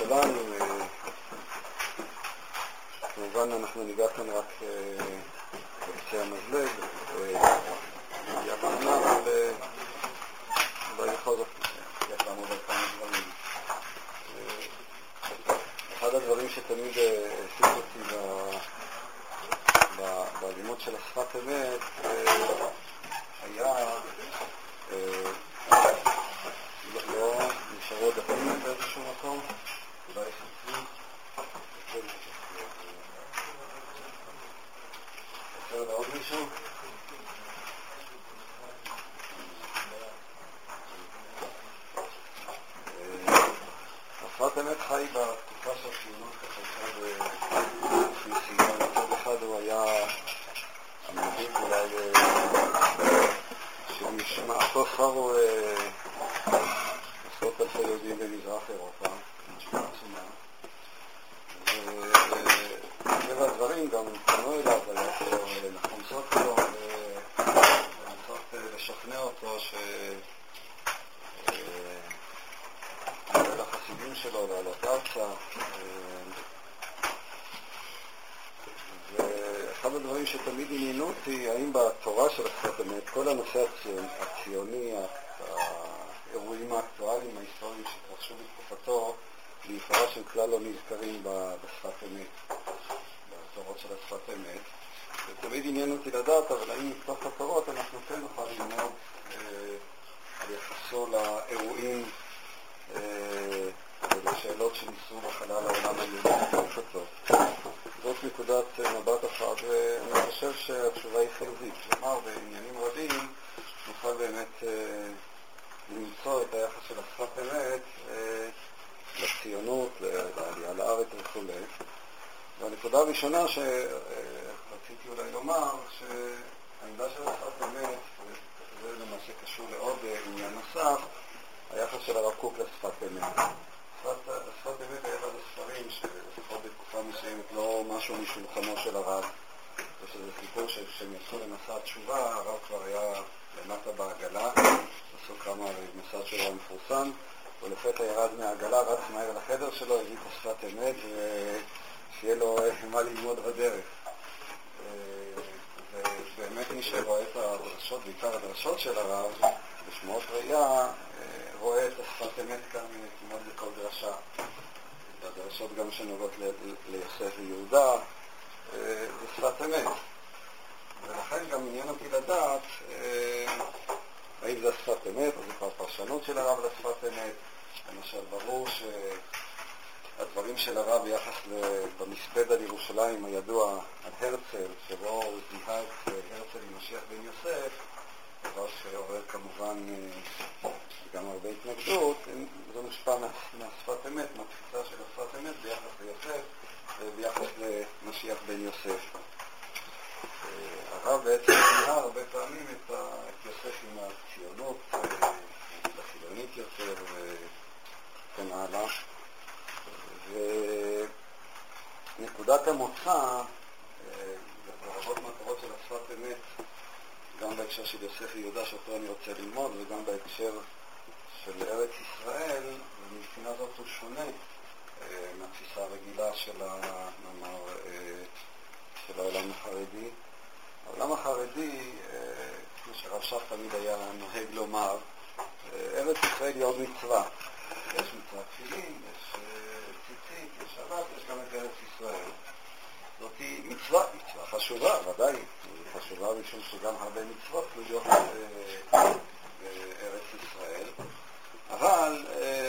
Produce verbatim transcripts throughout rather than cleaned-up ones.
שלנו. כמובן אנחנו ניגע כאן רק בקצה המזלג, יחד נע, אבל אולי בכל זאת יחד לעמוד על כמה דברים. אחד הדברים שתמיד העסיק אותי בלימוד של השפת אמת היה לא נשארו דפים באיזשהו מקום, אולי חצי חסר לעוד מישהו? השפת אמת חי בתקופה של הציונות ככה בכנסייה. מצד אחד הוא היה המנהיג אולי שמשמעתו שרו עשרות אלפי יהודים במזרח אירופה, משמעה עצומה. ובטבע הדברים גם פנו אליו, היה פה לחומסות לו ולנסות לשכנע אותו ש... לחסידים שלו לעלות ארצה. ואחד הדברים שתמיד עניינו אותי, האם בתורה של השפת אמת, כל הנושא הציוני, האירועים האקטואליים, ההיסטוריים שהתרחשו בתקופתו, בעיקרה שהם כלל לא נזכרים בשפת אמת, בתורות של השפת אמת. ותמיד עניין אותי לדעת, אבל האם מתוך התורות אנחנו כן נוכל ללמוד על יחסו לאירועים ולשאלות שניסו בחלל העולם היהודי בתקופתו. זאת נקודת מבט אחת, ואני חושב שהתשובה היא חיובית. כלומר, בעניינים רבים נוכל באמת למצוא את היחס של השפת אמת לציונות, לעלייה לארץ וכו'. והנקודה הראשונה שרציתי אולי לומר, שהעמדה של השפת אמת, וזה למעשה קשור לעוד עניין נוסף, היחס של הרב קוק לשפת אמת. השפת אמת היה אחד הספרים שלפחות בתקופה מסוימת לא משהו משולחנו של הרב, ושזה סיפור שכשהם יצאו למסע התשובה, הרב כבר היה למטה בעגלה, עשו כמה מסע תשובה מפורסם, ולפתע ירד מהעגלה, רץ מהר לחדר שלו, הביא את השפת אמת, ושיהיה לו מה ללמוד בדרך. ובאמת מי שרואה את הדרשות, בעיקר הדרשות של הרב, בשמעות ראייה, רואה את השפת אמת כאן כמעט לכל דרשה. הדרשות גם שנוגעות ליוסף ויהודה, זה שפת אמת. ולכן גם עניין אותי לדעת האם זה השפת אמת, או זה כבר פרשנות של הרב לשפת אמת. למשל, ברור שהדברים של הרב ביחס במספד על ירושלים הידוע על הרצל, שבו הוא זיהה את הרצל עם משיח בן יוסף, דבר שעורר כמובן גם הרבה התנגדות, זה מושפע מהשפת אמת, מהתפיסה של השפת אמת ביחס ליוסף וביחס למשיח בן יוסף. הרב בעצם זיהה הרבה פעמים את יוסף עם הציונות, החילונית יותר וכן הלאה. ונקודת המוצא, ברבות מהתורות של השפת אמת, גם בהקשר של יוסף ויהודה שאותו אני רוצה ללמוד, וגם בהקשר של ארץ ישראל, ומבחינה זאת הוא שונה מהתפיסה הרגילה של המאמר של העולם החרדי. העולם החרדי, כמו שהרב שך תמיד היה נוהג לומר, ארץ ישראל היא עוד מצווה. יש מצווה תפילין, יש ציצית, יש שבת, יש גם את ארץ ישראל. זאת היא מצווה, מצווה חשובה, ודאי, היא חשובה משום שגם הרבה מצוות תלויות בארץ ישראל. אבל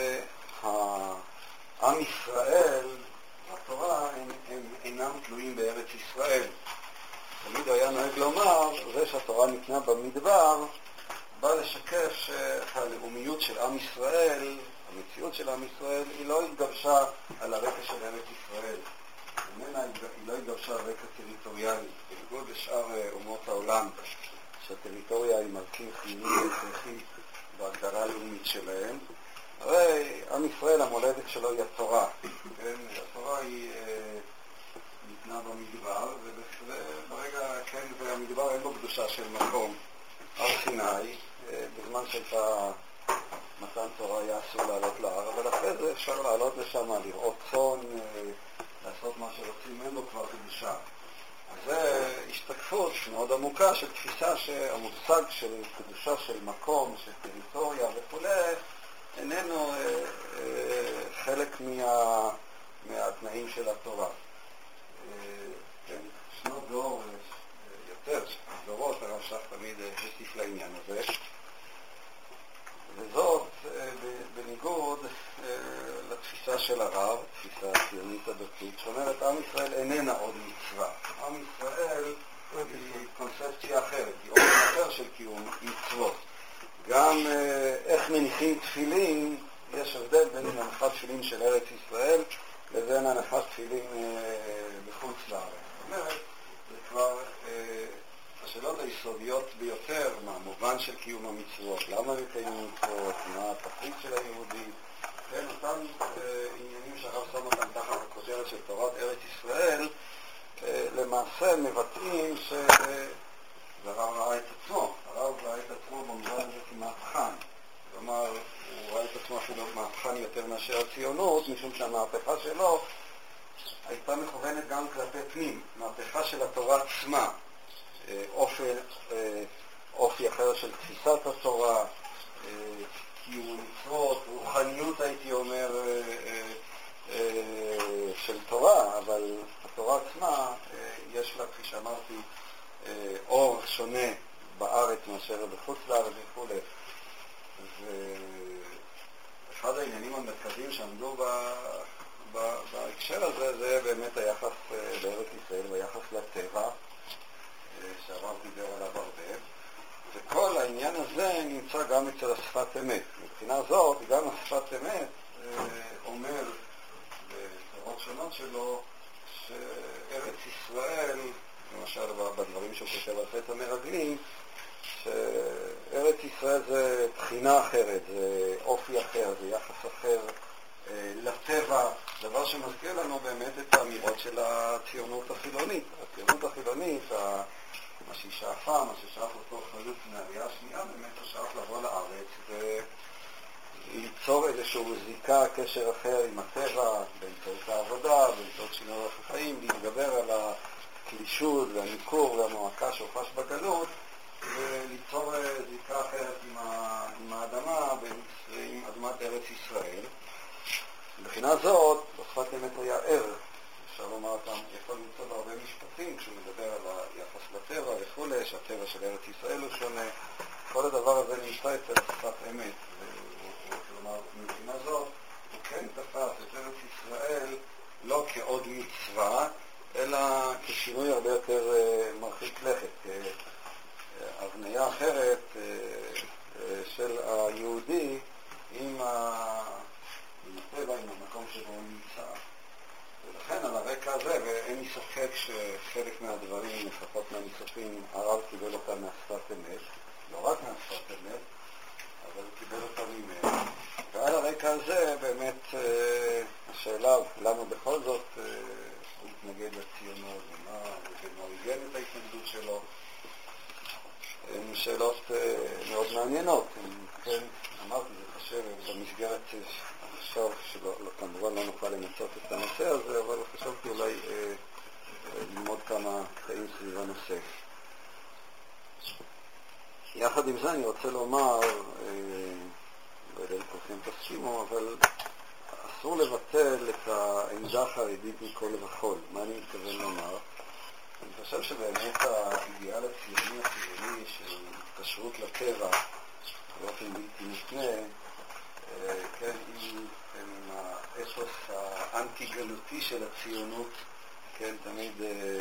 העם ישראל, התורה, הם, הם אינם תלויים בארץ ישראל. תמיד היה נוהג לומר, זה שהתורה ניתנה במדבר, בא לשקף שהלאומיות של עם ישראל, המציאות של עם ישראל, היא לא התגבשה על הרקע של ארץ ישראל. ממנה היא לא התגבשה על רקע טריטוריאלי, בניגוד לשאר אומות העולם, שהטריטוריה היא מרכיב חיוני והכרחי בהגדרה הלאומית שלהם. הרי עם ישראל, המולדת שלו היא התורה. כן? התורה היא ניתנה במדבר, וברגע, כן, והמדבר אין בו קדושה של מקום. הר סיני, בזמן שהייתה מתן תורה היה אסור לעלות להר, אבל אחרי זה אפשר לעלות לשם, לראות צאן, לעשות מה שרוצים ממנו כבר קדושה. אז זה השתקפות מאוד עמוקה של תפיסה שהמושג של קדושה של מקום, של טריטוריה וכו', איננו אה, אה, חלק מה, מהתנאים של התורה. אה, כן, שנות דור, יותר דורות, הרב שך תמיד הוסיף לעניין הזה. וזאת בניגוד לתפיסה של הרב, תפיסה הציונית הדתית, שאומרת, עם ישראל איננה עוד מצווה. עם ישראל היא קונספציה אחרת, היא אופן אחר של קיום מצוות. גם איך מניחים תפילין, יש הבדל בין הנחת תפילין של ארץ ישראל לבין הנחת תפילין בחוץ לארץ. זאת אומרת, זה כבר השאלות היסודיות ביותר, מה המובן של קיום המצוות, למה מקיימים מצוות, מה התכלית של היהודי, כן, אותם אה, עניינים שהרב שם אותם תחת הכותרת של תורת ארץ ישראל, אה, למעשה מבטאים שהרב ראה את עצמו, הרב ראה את עצמו במובן הזה כמהפכן, כלומר, הוא ראה את עצמו אפילו מהפכן יותר מאשר הציונות, משום שהמהפכה שלו הייתה מכוונת גם כלפי פנים, מהפכה של התורה עצמה, אופי, אופי אחר של תפיסת התורה, קיום מצוות, רוחניות הייתי אומר של תורה, אבל התורה עצמה יש לה, כפי שאמרתי, אור שונה בארץ מאשר בחוץ לארץ וכו'. ואחד העניינים המרכזיים שעמדו בהקשר הזה זה באמת היחס לארץ ישראל והיחס לטבע, שהרב דיבר עליו הרבה, וכל העניין הזה נמצא גם אצל השפת אמת. מבחינה זאת, גם השפת אמת אומר בתורות שונות שלו שארץ ישראל, למשל בדברים שהוא כותב על חטא המרגלים, שארץ ישראל זה בחינה אחרת, זה אופי אחר, זה יחס אחר לטבע, דבר שמזכיר לנו באמת את האמירות של הציונות החילונית. הציונות החילונית, מה שהיא שאפה, מה ששאף אותו חלוץ מהעלייה השנייה, באמת הוא שאף לבוא לארץ וליצור איזשהו זיקה, קשר אחר עם הטבע, באמצעות העבודה, באמצעות שינוי אורח החיים, להתגבר על הקלישות והניכור והמועקה שהופש בגלות, וליצור זיקה אחרת עם, ה... עם האדמה, עם אדמת ארץ ישראל. מבחינה זאת, בשפת אמת היה ער. אפשר לומר אותם, יכול למצוא בהרבה משפטים כשהוא מדבר על היחס לטבע וכו', שהטבע של ארץ ישראל הוא שונה. כל הדבר הזה נמצא אצל שפת אמת. כלומר, מבחינה זאת, הוא כן תפס את ארץ ישראל לא כעוד מצווה, אלא כשינוי הרבה יותר מרחיק לכת, כהבניה אחרת של היהודי עם הטבע, עם המקום שבו הוא נמצא. ולכן על הרקע הזה, ואין לי ספק שחלק מהדברים, לפחות מהניסוחים, הרב קיבל אותם מהשפת אמת, לא רק מהשפת אמת, אבל הוא קיבל אותם ממנו. ועל הרקע הזה באמת השאלה למה בכל זאת הוא התנגד לציונות ומה הוא הגן את ההתנגדות שלו, הן שאלות מאוד מעניינות. כן, אמרתי, זה חשוב במסגרת עכשיו, שכמובן לא נוכל למצות את הנושא הזה, אבל חשבתי אולי אה, ללמוד כמה קטעים סביב הנושא. יחד עם זה אני רוצה לומר, אה, לא יודע אם כולכם תסכימו, אבל אסור לבטל את העמדה החרדית מכל וכל. מה אני מתכוון לומר? אני חושב שבאמת האידיאל הציוני הציוני של התקשרות לטבע באופן בלתי מותנה, כן, עם האתוס האנטי-גלותי של הציונות, כן, תמיד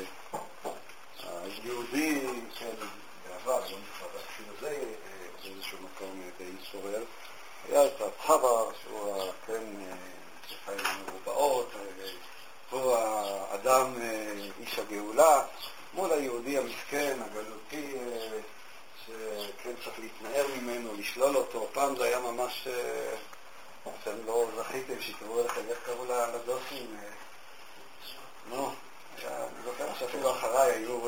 היהודי, כן, בעבר, לא מתחבר, אפילו זה באיזשהו מקום די התעורר, היה את הצבא, שהוא, כן, שחיים מרובעות, הוא האדם, איש הגאולה, מול היהודי המסכן, הגלותי, שכן צריך להתנער ממנו, לשלול אותו. פעם זה היה ממש, אתם לא זכיתם שתראו לכם, איך קראו לדוסים? לא, אני זוכר שאפילו אחריי היו...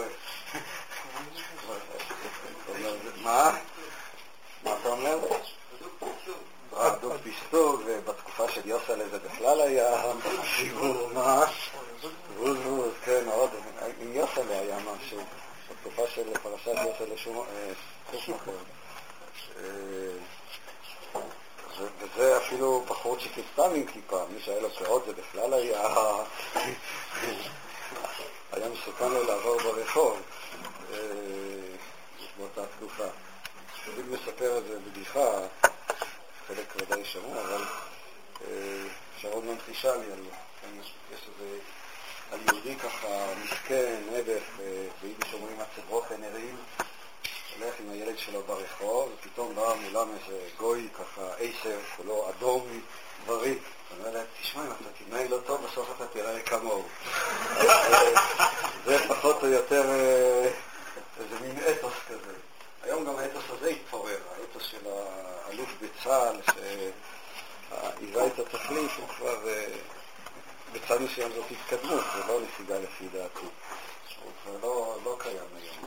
מה? מה אתה אומר? הדוק פיסטוג, ובתקופה של יוסלה זה בכלל היה סיבור ממש. ווז ווז, כן, עוד, עם יוסלה היה משהו. בתקופה של פרשת יוסלה שום אחר. וזה אפילו בחורצ'יק סתם עם כיפה, מי שהיה לו פאות זה בכלל היה היה מסוכן לו לעבור ברחוב באותה תקופה. תמיד מספר את זה בדיחה, חלק ודאי שמוע, אבל שרון ממחישה לי על יש איזה על יהודי ככה מסכן, נדף, ביידיש אומרים הצברוכן הרים, הולך עם הילד שלו ברחוב, ופתאום בא מולם איזה גוי ככה עשר, כולו אדום, דברי. אני אומר לה, תשמע, אם אתה תתנהג לא טוב, בסוף אתה תראה כמוהו. זה פחות או יותר איזה מין אתוס כזה. היום גם האתוס הזה התפורר, האתוס של האלוף בצה"ל, שהיווה את התחליף, הוא כבר בצד מסוים זאת התקדמות, זה לא נסיגה לפי דעתי. הוא כבר לא, לא קיים היום.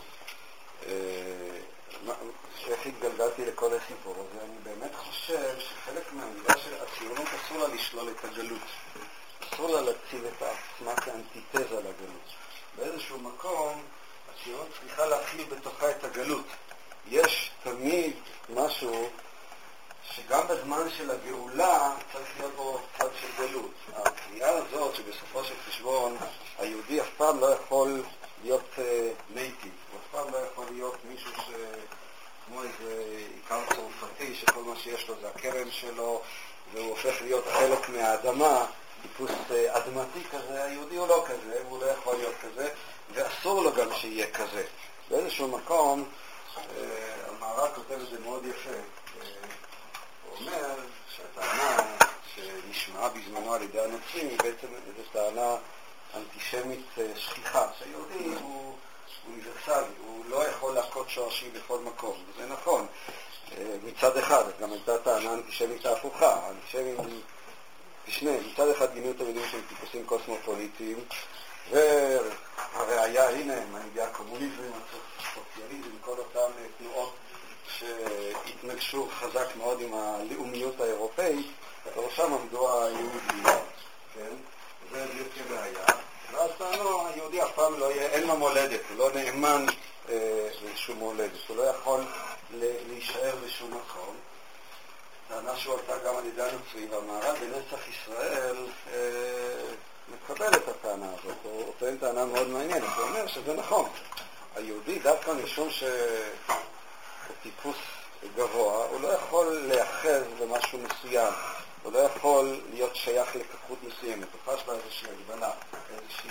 איך התגלגלתי לכל הסיפור הזה, אני באמת חושב שחלק מהמידה של הציונות אסור לה לשלול את הגלות. אסור לה להציב את עצמה כאנטיתזה לגלות. באיזשהו מקום הציונות צריכה להכיל בתוכה את הגלות. יש תמיד משהו שגם בזמן של הגאולה צריך להיות בו צד של גלות. הקריאה הזאת שבסופו של חשבון היהודי אף פעם לא יכול להיות נייטיב, הוא אף פעם לא יכול להיות מישהו ש... כמו איזה עיקר צרפתי שכל מה שיש לו זה הקרן שלו והוא הופך להיות חלק מהאדמה, טיפוס אדמתי כזה. היהודי הוא לא כזה, הוא לא יכול להיות כזה ואסור לו גם שיהיה כזה. באיזשהו מקום המערב כותב את זה מאוד יפה. הוא אומר שהטענה שנשמעה בזמנו על ידי הנוצרים היא בעצם איזו טענה אנטישמית שכיחה, שהיהודי הוא אוניברסלי, הוא לא יכול להכות שורשים בכל מקום, וזה נכון. מצד אחד, גם הייתה טענה אנטישמית ההפוכה, האנטישמים, בשני, מצד אחד גינו את המילים של טיפוסים קוסמופוליטיים, והראיה, הנה, מנהיגי הקומוניזם, הסוציאליזם, כל אותן תנועות שהתנגשו חזק מאוד עם הלאומיות האירופאית, בראשם עמדו היהודים, כן? זה בדיוק כבעיה. ואז טענו, היהודי אף פעם לא יהיה, אין לו מולדת, הוא לא נאמן אה, לשום מולדת, הוא לא יכול להישאר בשום מקום. טענה שהועלתה גם על ידי הנוצרים, והמערב בנצח ישראל אה, מקבל את הטענה הזאת, הוא, הוא טוען טענה מאוד מעניינת, הוא אומר שזה נכון. היהודי דווקא משום שהוא טיפוס גבוה, הוא לא יכול להיאחז במשהו מסוים. הוא לא יכול להיות שייך לכחות מסוימת, הוא חש לה איזושהי הגבלה, איזושהי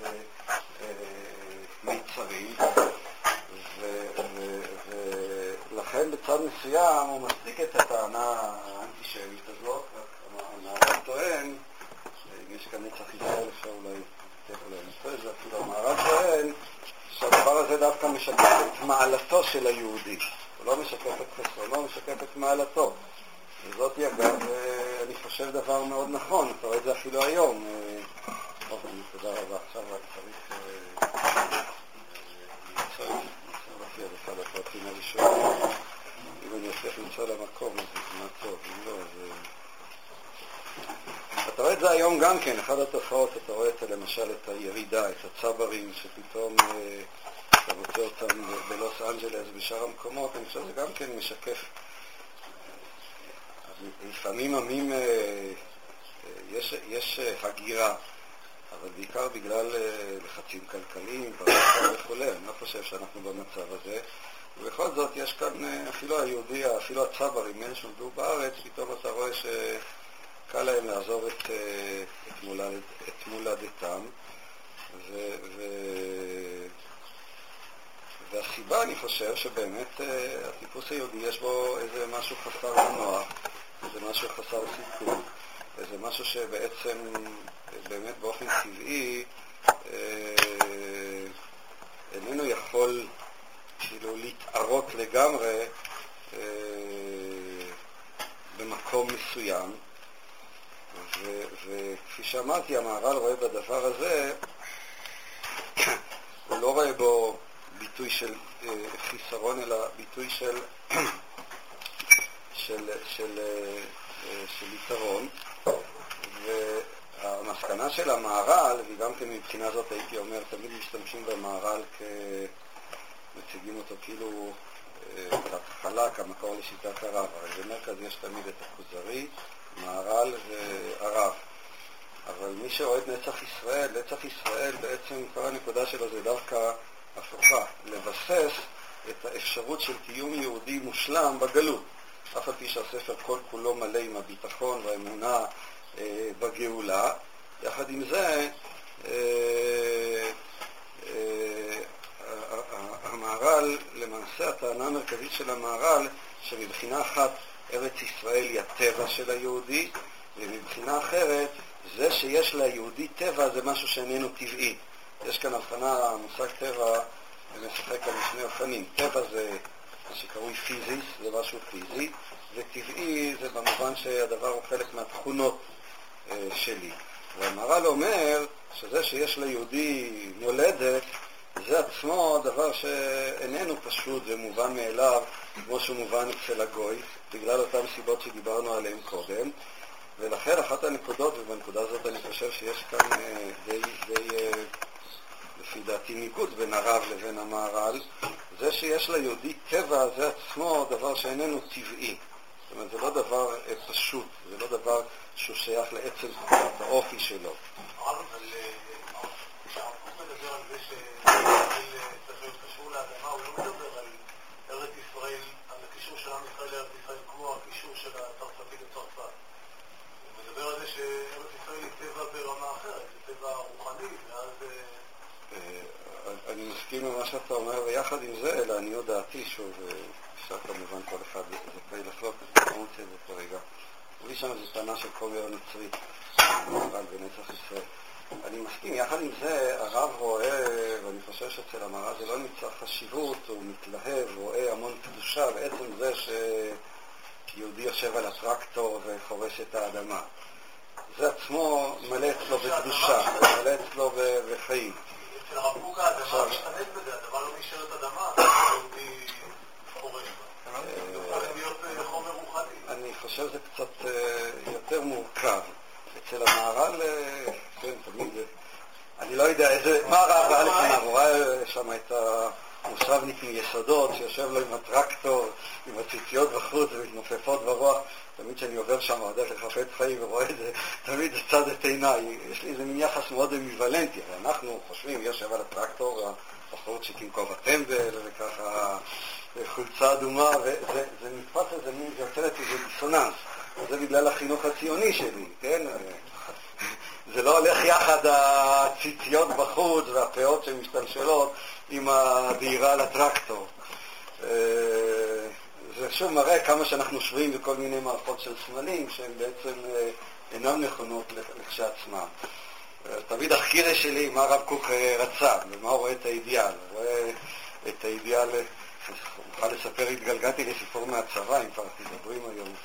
מיצרים, ולכן בצד מסוים הוא מצדיק את הטענה האנטישמית הזאת. המערב טוען, אם יש כאן נצח ישראל, אפשר אולי תכף להנסה את זה, אפילו המערב טוען שהדבר הזה דווקא משקף את מעלתו של היהודי. הוא לא משקף את חסרונו, הוא משקף את מעלתו. וזאת היא אגב, אני חושב דבר מאוד נכון, אתה רואה את זה אפילו היום. טוב, אני תודה רבה, עכשיו רק צריך למצוא, למצוא לפי הדפת הפרטים הראשונים. אם אני אצליח למצוא למקום, אז זה מה טוב, אם לא, אז... אתה רואה את זה היום גם כן, אחד התופעות, אתה רואה את למשל את הירידה, את הצברים, שפתאום אתה מוצא אותם בלוס אנג'לס, בשאר המקומות, אני חושב שזה גם כן משקף. לפעמים עמים יש, יש הגירה, אבל בעיקר בגלל לחצים כלכליים וכו'. אני לא חושב שאנחנו במצב הזה. ובכל זאת יש כאן אפילו היהודי, אפילו הצברים, אלה שנולדו בארץ, פתאום אתה רואה שקל להם לעזוב את, את, מולד, את מולדתם. ו, ו, והסיבה, אני חושב, שבאמת הטיפוס היהודי יש בו איזה משהו חסר מנוע, איזה משהו חסר סיכון, איזה משהו שבעצם באמת באופן טבעי אה, איננו יכול כאילו להתערות לגמרי אה, במקום מסוים. ו, וכפי שאמרתי, המהר"ל רואה בדבר הזה, הוא לא רואה בו ביטוי של אה, חיסרון, אלא ביטוי של של, של של יתרון, והמסקנה של המהר"ל, וגם כן מבחינה זאת הייתי אומר, תמיד משתמשים במהר"ל כמציגים אותו כאילו בהתחלה כמקור לשיטת הרב, אבל במרכז יש תמיד את הכוזרי, מהר"ל והרב. אבל מי שרואה את נצח ישראל, נצח ישראל בעצם כל הנקודה שלו זה דווקא הפוכה, לבסס את האפשרות של קיום יהודי מושלם בגלות. אף על פי שהספר כל כולו מלא עם הביטחון והאמונה אה, בגאולה, יחד עם זה אה, אה, המהר"ל, למעשה הטענה המרכזית של המהר"ל, שמבחינה אחת ארץ ישראל היא הטבע של היהודי, ומבחינה אחרת זה שיש ליהודי טבע זה משהו שאיננו טבעי. יש כאן הבחנה, המושג טבע משחק על שני אופנים. טבע זה מה שקרוי פיזיס, זה משהו פיזי, וטבעי זה במובן שהדבר הוא חלק מהתכונות אה, שלי. והמהר"ל אומר שזה שיש ליהודי מולדת, זה עצמו דבר שאיננו פשוט ומובן מאליו, כמו שהוא מובן אצל הגוי, בגלל אותן סיבות שדיברנו עליהן קודם. ולכן אחת הנקודות, ובנקודה הזאת אני חושב שיש כאן אה, די, די אה, לפי דעתי ניגוד בין הרב לבין המהר"ל, זה שיש ליהודי טבע זה עצמו דבר שאיננו טבעי. זאת אומרת, זה לא דבר אה, פשוט, זה לא דבר שהוא שייך לעצם האופי שלו. אבל כשהרב מדבר על זה שישראל צריך להיות קשור לאדמה, הוא לא מדבר על ארץ ישראל, על הקישור של עם ישראל לארץ ישראל כמו הקישור של הצרפתי לצרפת. הוא מדבר על זה שארץ ישראל היא טבע ברמה אחרת, זה טבע רוחני, ואז... אני מסכים עם מה שאתה אומר, ויחד עם זה, אלא אני עוד דעתי, שוב, אפשר כמובן כל אחד זכאי לחלוק, אני לא מוצא את זה כרגע. בלי שם זו טענה של כומר נוצרי, אבל בנצח ישראל. אני מסכים, יחד עם זה, הרב רואה, ואני חושב שאצל המהר"ל זה לא נמצא חשיבות, הוא מתלהב, רואה המון קדושה, בעצם זה שיהודי יושב על הטרקטור וחורש את האדמה. זה עצמו מלא אצלו בקדושה, מלא אצלו בחיים. אצל הרב קוק האדמה משתנית בזה, הדבר לא נשארת אדמה, היהודי חורש בה. זה הופך להיות חומר רוחני. אני חושב שזה קצת יותר מורכב. אצל המהר"ל, כן, תמיד, אני לא יודע איזה, מה הרב ראה לפניו, הוא ראה שם את המושבניק מיסודות, שיושב לו עם הטרקטור, עם הציציות בחוץ ומתנופפות ברוח, תמיד שאני עובר שם, הולך לחפץ חיים ורואה את זה, תמיד זה צד את עיניי, יש לי איזה מין יחס מאוד אמביוולנטי, אנחנו חושבים, יושב על הטרקטור, הבחורות שקים כובע טמבל, וככה חולצה אדומה, וזה נתפס איזה מין, זה יוצר את איזה דיסוננס. זה בגלל החינוך הציוני שלי, כן? זה לא הולך יחד הציציות בחוץ והפאות שמשתלשלות עם הדהירה על הטרקטור. זה שוב מראה כמה שאנחנו שווים בכל מיני מערכות של סמלים שהן בעצם אינן נכונות לכשעצמם. תמיד החקירה שלי מה הרב קוק רצה ומה הוא רואה את האידיאל. הוא רואה את האידיאל, אוכל לספר, התגלגלתי לסיפור מהצבא, אם כבר תדברים היום.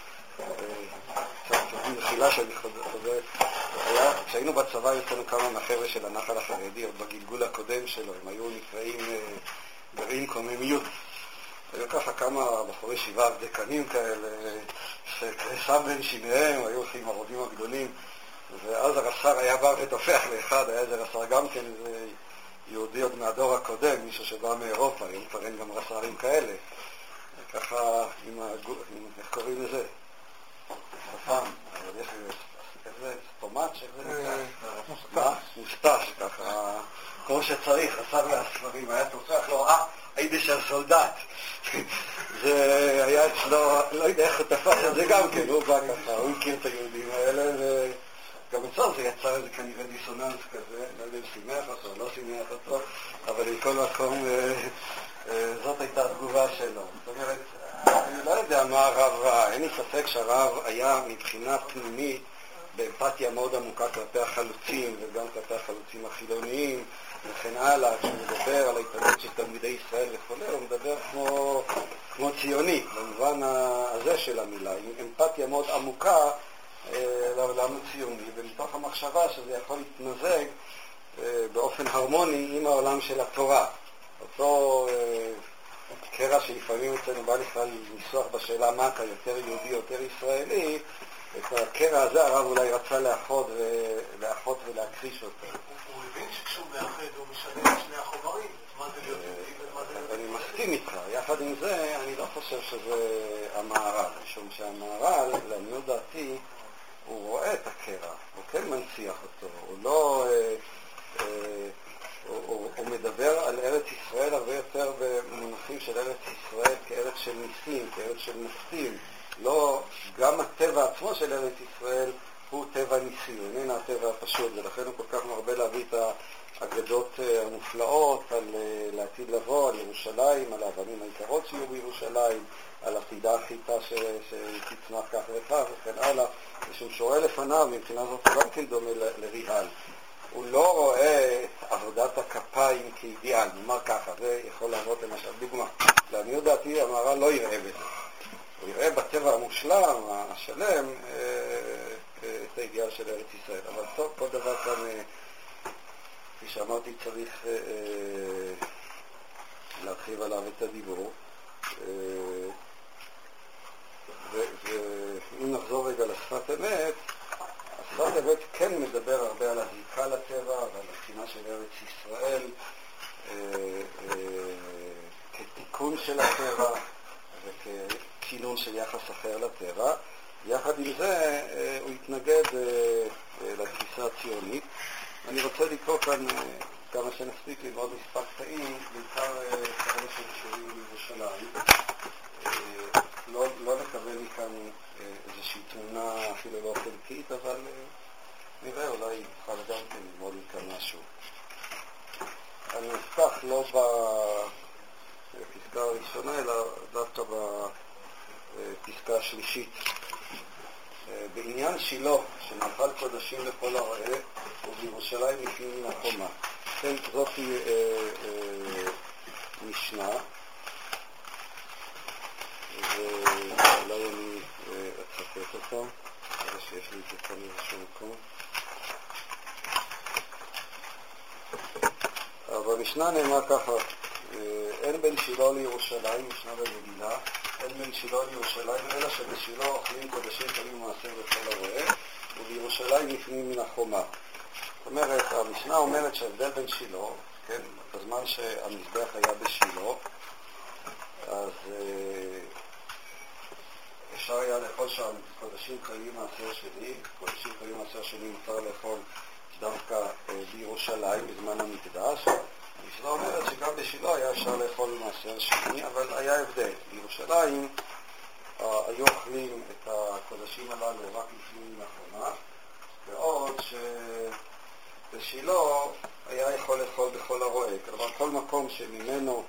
מחילה שאני חוזר, כשהיינו בצבא יוצאנו כמה מהחבר'ה של הנחל החרדי, עוד בגלגול הקודם שלו, הם היו נקראים גרעין קוממיות. היו ככה כמה בחורי שבעה דקנים כאלה, שקרסם בין שיניהם, היו הולכים הרובים הגדולים, ואז הרס"ר היה בא ותופח לאחד, היה איזה רס"ר גם כן, איזה יהודי עוד מהדור הקודם, מישהו שבא מאירופה, היום כבר אין גם רס"רים כאלה. ככה, עם הגול, איך קוראים לזה? ספם, אבל יש איזה סטומט שזה נקרא? מוסטש, ככה, כמו שצריך, עשה מהספרים, היה תופח לו, אה, הייתי של סולדט. זה היה אצלו, לא יודע איך הוא תפח את זה גם כן, הוא בא ככה, הוא הכיר את היהודים האלה, וגם אצלו זה יצר איזה כנראה דיסוננס כזה, לא יודע אם שימח אותו, לא שימח אותו, אבל עם כל מקום, זאת הייתה התגובה שלו. זאת אומרת, אני לא יודע מה הרב ראה, אין לי ספק שהרב היה מבחינה פנימית באמפתיה מאוד עמוקה כלפי החלוצים וגם כלפי החלוצים החילוניים וכן הלאה. כשהוא מדבר על ההתעלות של תלמידי ישראל וכו', הוא מדבר כמו, כמו ציוני במובן הזה של המילה, עם אמפתיה מאוד עמוקה אה, לעולם הציוני, ומתוך המחשבה שזה יכול להתמזג אה, באופן הרמוני עם העולם של התורה. אותו אה, קרע שלפעמים אצלנו בא לכלל ניסוח בשאלה מה אתה יותר יהודי, יותר ישראלי, את הקרע הזה הרב אולי רצה לאחות, לאחות ולהכחיש אותו. הוא הבין שכשהוא מאחד הוא משנה את שני החומרים, מה זה להיות יהודי ומה זה להיות... אני מסכים איתך, יחד עם זה אני לא חושב שזה המהר"ל, משום שהמהר"ל, לעניות דעתי, הוא רואה את הקרע, הוא כן מנציח אותו, הוא לא... הוא, הוא מדבר על ארץ ישראל הרבה יותר במונחים של ארץ ישראל כארץ של ניסים, כארץ של מופתים. לא, גם הטבע עצמו של ארץ ישראל הוא טבע ניסי, הוא איננה הטבע הפשוט, ולכן הוא כל כך מרבה להביא את האגדות המופלאות על לעתיד לבוא, על ירושלים, על האבנים העיקרות שיהיו בירושלים, על עתידה החיטה שתצמח כך וכך וכן הלאה, משום שהוא רואה לפניו, מבחינה זאת הוא גם כן דומה לריהל. הוא לא רואה את עבודת הכפיים כאידיאל, נאמר ככה, זה יכול לעבוד למשל דוגמה. לעניות דעתי המהר"ל לא יראה בזה. הוא יראה בטבע המושלם, השלם, את האידיאל של ארץ ישראל. אבל טוב, כל דבר כאן, כפי שאמרתי, צריך להרחיב עליו את הדיבור. ואם נחזור רגע לשפת אמת, השפת אמת כן מדבר הרבה על הזיקה לטבע ועל הבחינה של ארץ ישראל כתיקון של הטבע וככינון של יחס אחר לטבע. יחד עם זה הוא התנגד לתפיסה הציונית. אני רוצה לקרוא כאן כמה שנספיק ללמוד מספר קטעים, בעיקר כאלה שקשורים לירושלים. לא, לא נקבל מכאן איזושהי תמונה אפילו לא חלקית, אבל נראה, אולי נוכל גם ללמוד מכאן משהו. אני נפתח לא בפסקה הראשונה, אלא דווקא בפסקה השלישית. בעניין שילה, שנחל קודשים לכל הרואה, ובירושלים לפנים מן החומה. כן, זאת היא אה, אה, משנה. ואולי אני אצטט אותה, אבל שיש לי את זה כאן איזשהו מקום. אבל במשנה נאמר ככה, אין בין שילה לירושלים, משנה במגילה, אין בין שילה לירושלים, אלא שבשילה אוכלים קודשים קלים ומעשר בכל הרואה, ובירושלים לפנים מן החומה. זאת אומרת, המשנה אומרת שההבדל בין שילה, כן, בזמן שהמזבח היה בשילה, אז אפשר היה לאכול שם קודשים קלים מעשר שני, קודשים קלים מעשר שני מותר לאכול דווקא בירושלים בזמן המקדש. המשנה אומרת שגם בשילה היה אפשר לאכול מעשר שני, אבל היה הבדל. בירושלים היו אוכלים את הקודשים הללו רק לפנים מן החומה, בעוד שבשילה היה יכול לאכול בכל הרואה. כלומר, כל מקום שממנו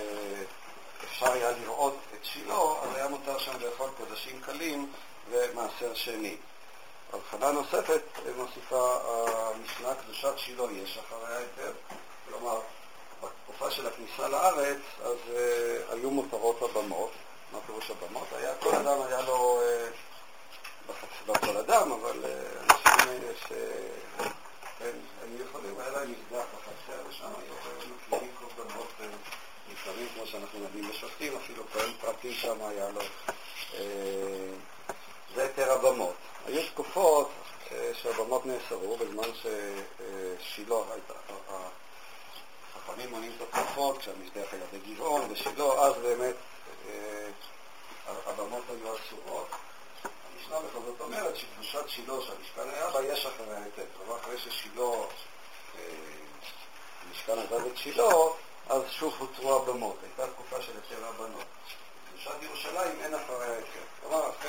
אפשר היה לראות את שילה, אז היה מותר שם לאכול קודשים קלים ומעשר שני. הבחנה נוספת מוסיפה המשנה, קדושת שילה יש אחריה היתר. כלומר, בתקופה של הכניסה לארץ, אז uh, היו מותרות הבמות. מה פירוש הבמות? היה, כל אדם היה לו, uh, לא כל אדם, אבל uh, אנשים שהם uh, יכולים, היה להם מזבח בחצר, ושם היו מקלימים קורבנות לפעמים, כמו שאנחנו נביאים בשופטים, אפילו כהן פרטי שם היה לו. Uh, זה היתר הבמות. היו תקופות uh, שהבמות נאסרו בזמן ששילה הייתה, החכמים מונים את התקופות, כשהמזבח היה בגבעון ושילה, אז באמת אה, הבמות היו אסורות. המשנה בכל זאת אומרת שקדושת שילה שהמשכן היה בה יש אחריה היתר. כלומר, אחרי ששילה, אה, המשכן עזב את שילה, אז שוב הותרו הבמות. הייתה תקופה של היתר הבנות. קדושת ירושלים אין אחריה היתר. כלומר, אחרי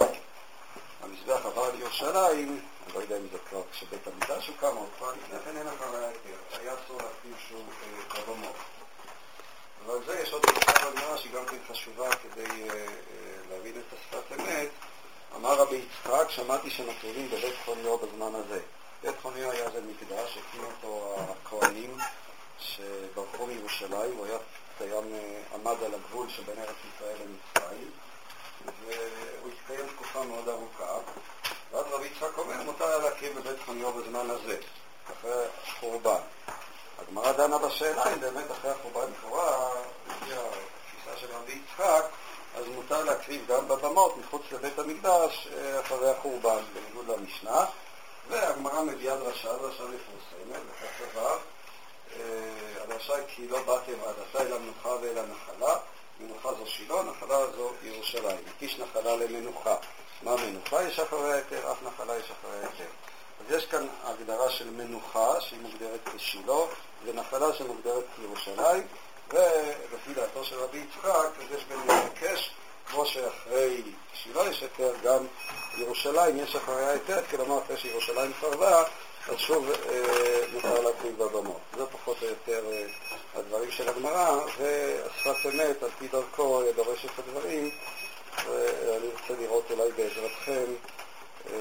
שהמזבח עבר לירושלים, אני לא יודע אם זה כבר כשבית המקדש הוא קם, או כבר לפני כן אין אחריה היתר. היה אסור להכתיב שוב בבמות. אבל זה יש עוד פסקה בגמרא שהיא גם כן חשובה כדי uh, uh, להבין את השפת אמת. אמר רבי יצחק, שמעתי שנקרבים בבית חוניו בזמן הזה. בית חוניו היה זה מקדש, הקימו אותו הכהנים שברחו מירושלים, הוא היה קיים, uh, עמד על הגבול שבין ארץ ישראל למצרים, והוא התקיים תקופה מאוד ארוכה. ואז רבי יצחק אומר, מותר היה להקים בבית חוניו בזמן הזה, אחרי חורבן. הגמרא דנה בשאלה אם באמת אחרי החורבן לכאורה, לפי התפיסה של רבי יצחק, אז מותר להקריב גם בבמות מחוץ לבית המקדש אחרי החורבן, בניגוד למשנה. והגמרא מביאה דרשה, דרשה מפורסמת, וכך דבר. הדרשה היא כי לא באתם עד עתה אל המנוחה ואל הנחלה. מנוחה זו שילה, נחלה זו ירושלים. הקיש נחלה למנוחה. מה מנוחה יש אחרי היתר? אף נחלה יש אחרי היתר. אז יש כאן הגדרה של מנוחה שהיא מוגדרת כשילה, ונחלה שמוגדרת כירושלים, ולפי דעתו של רבי יצחק, אז יש בין מבקש, כמו שאחרי שילה יש היתר, גם ירושלים יש אחרי היתר, כלומר אחרי שירושלים חרבה, אז שוב אה, נותר להקריב בבמות. זה פחות או יותר אה, הדברים של הגמרא, והשפת אמת, על פי דרכו, דורש את הדברים, ואני רוצה לראות אולי בעזרתכם אה,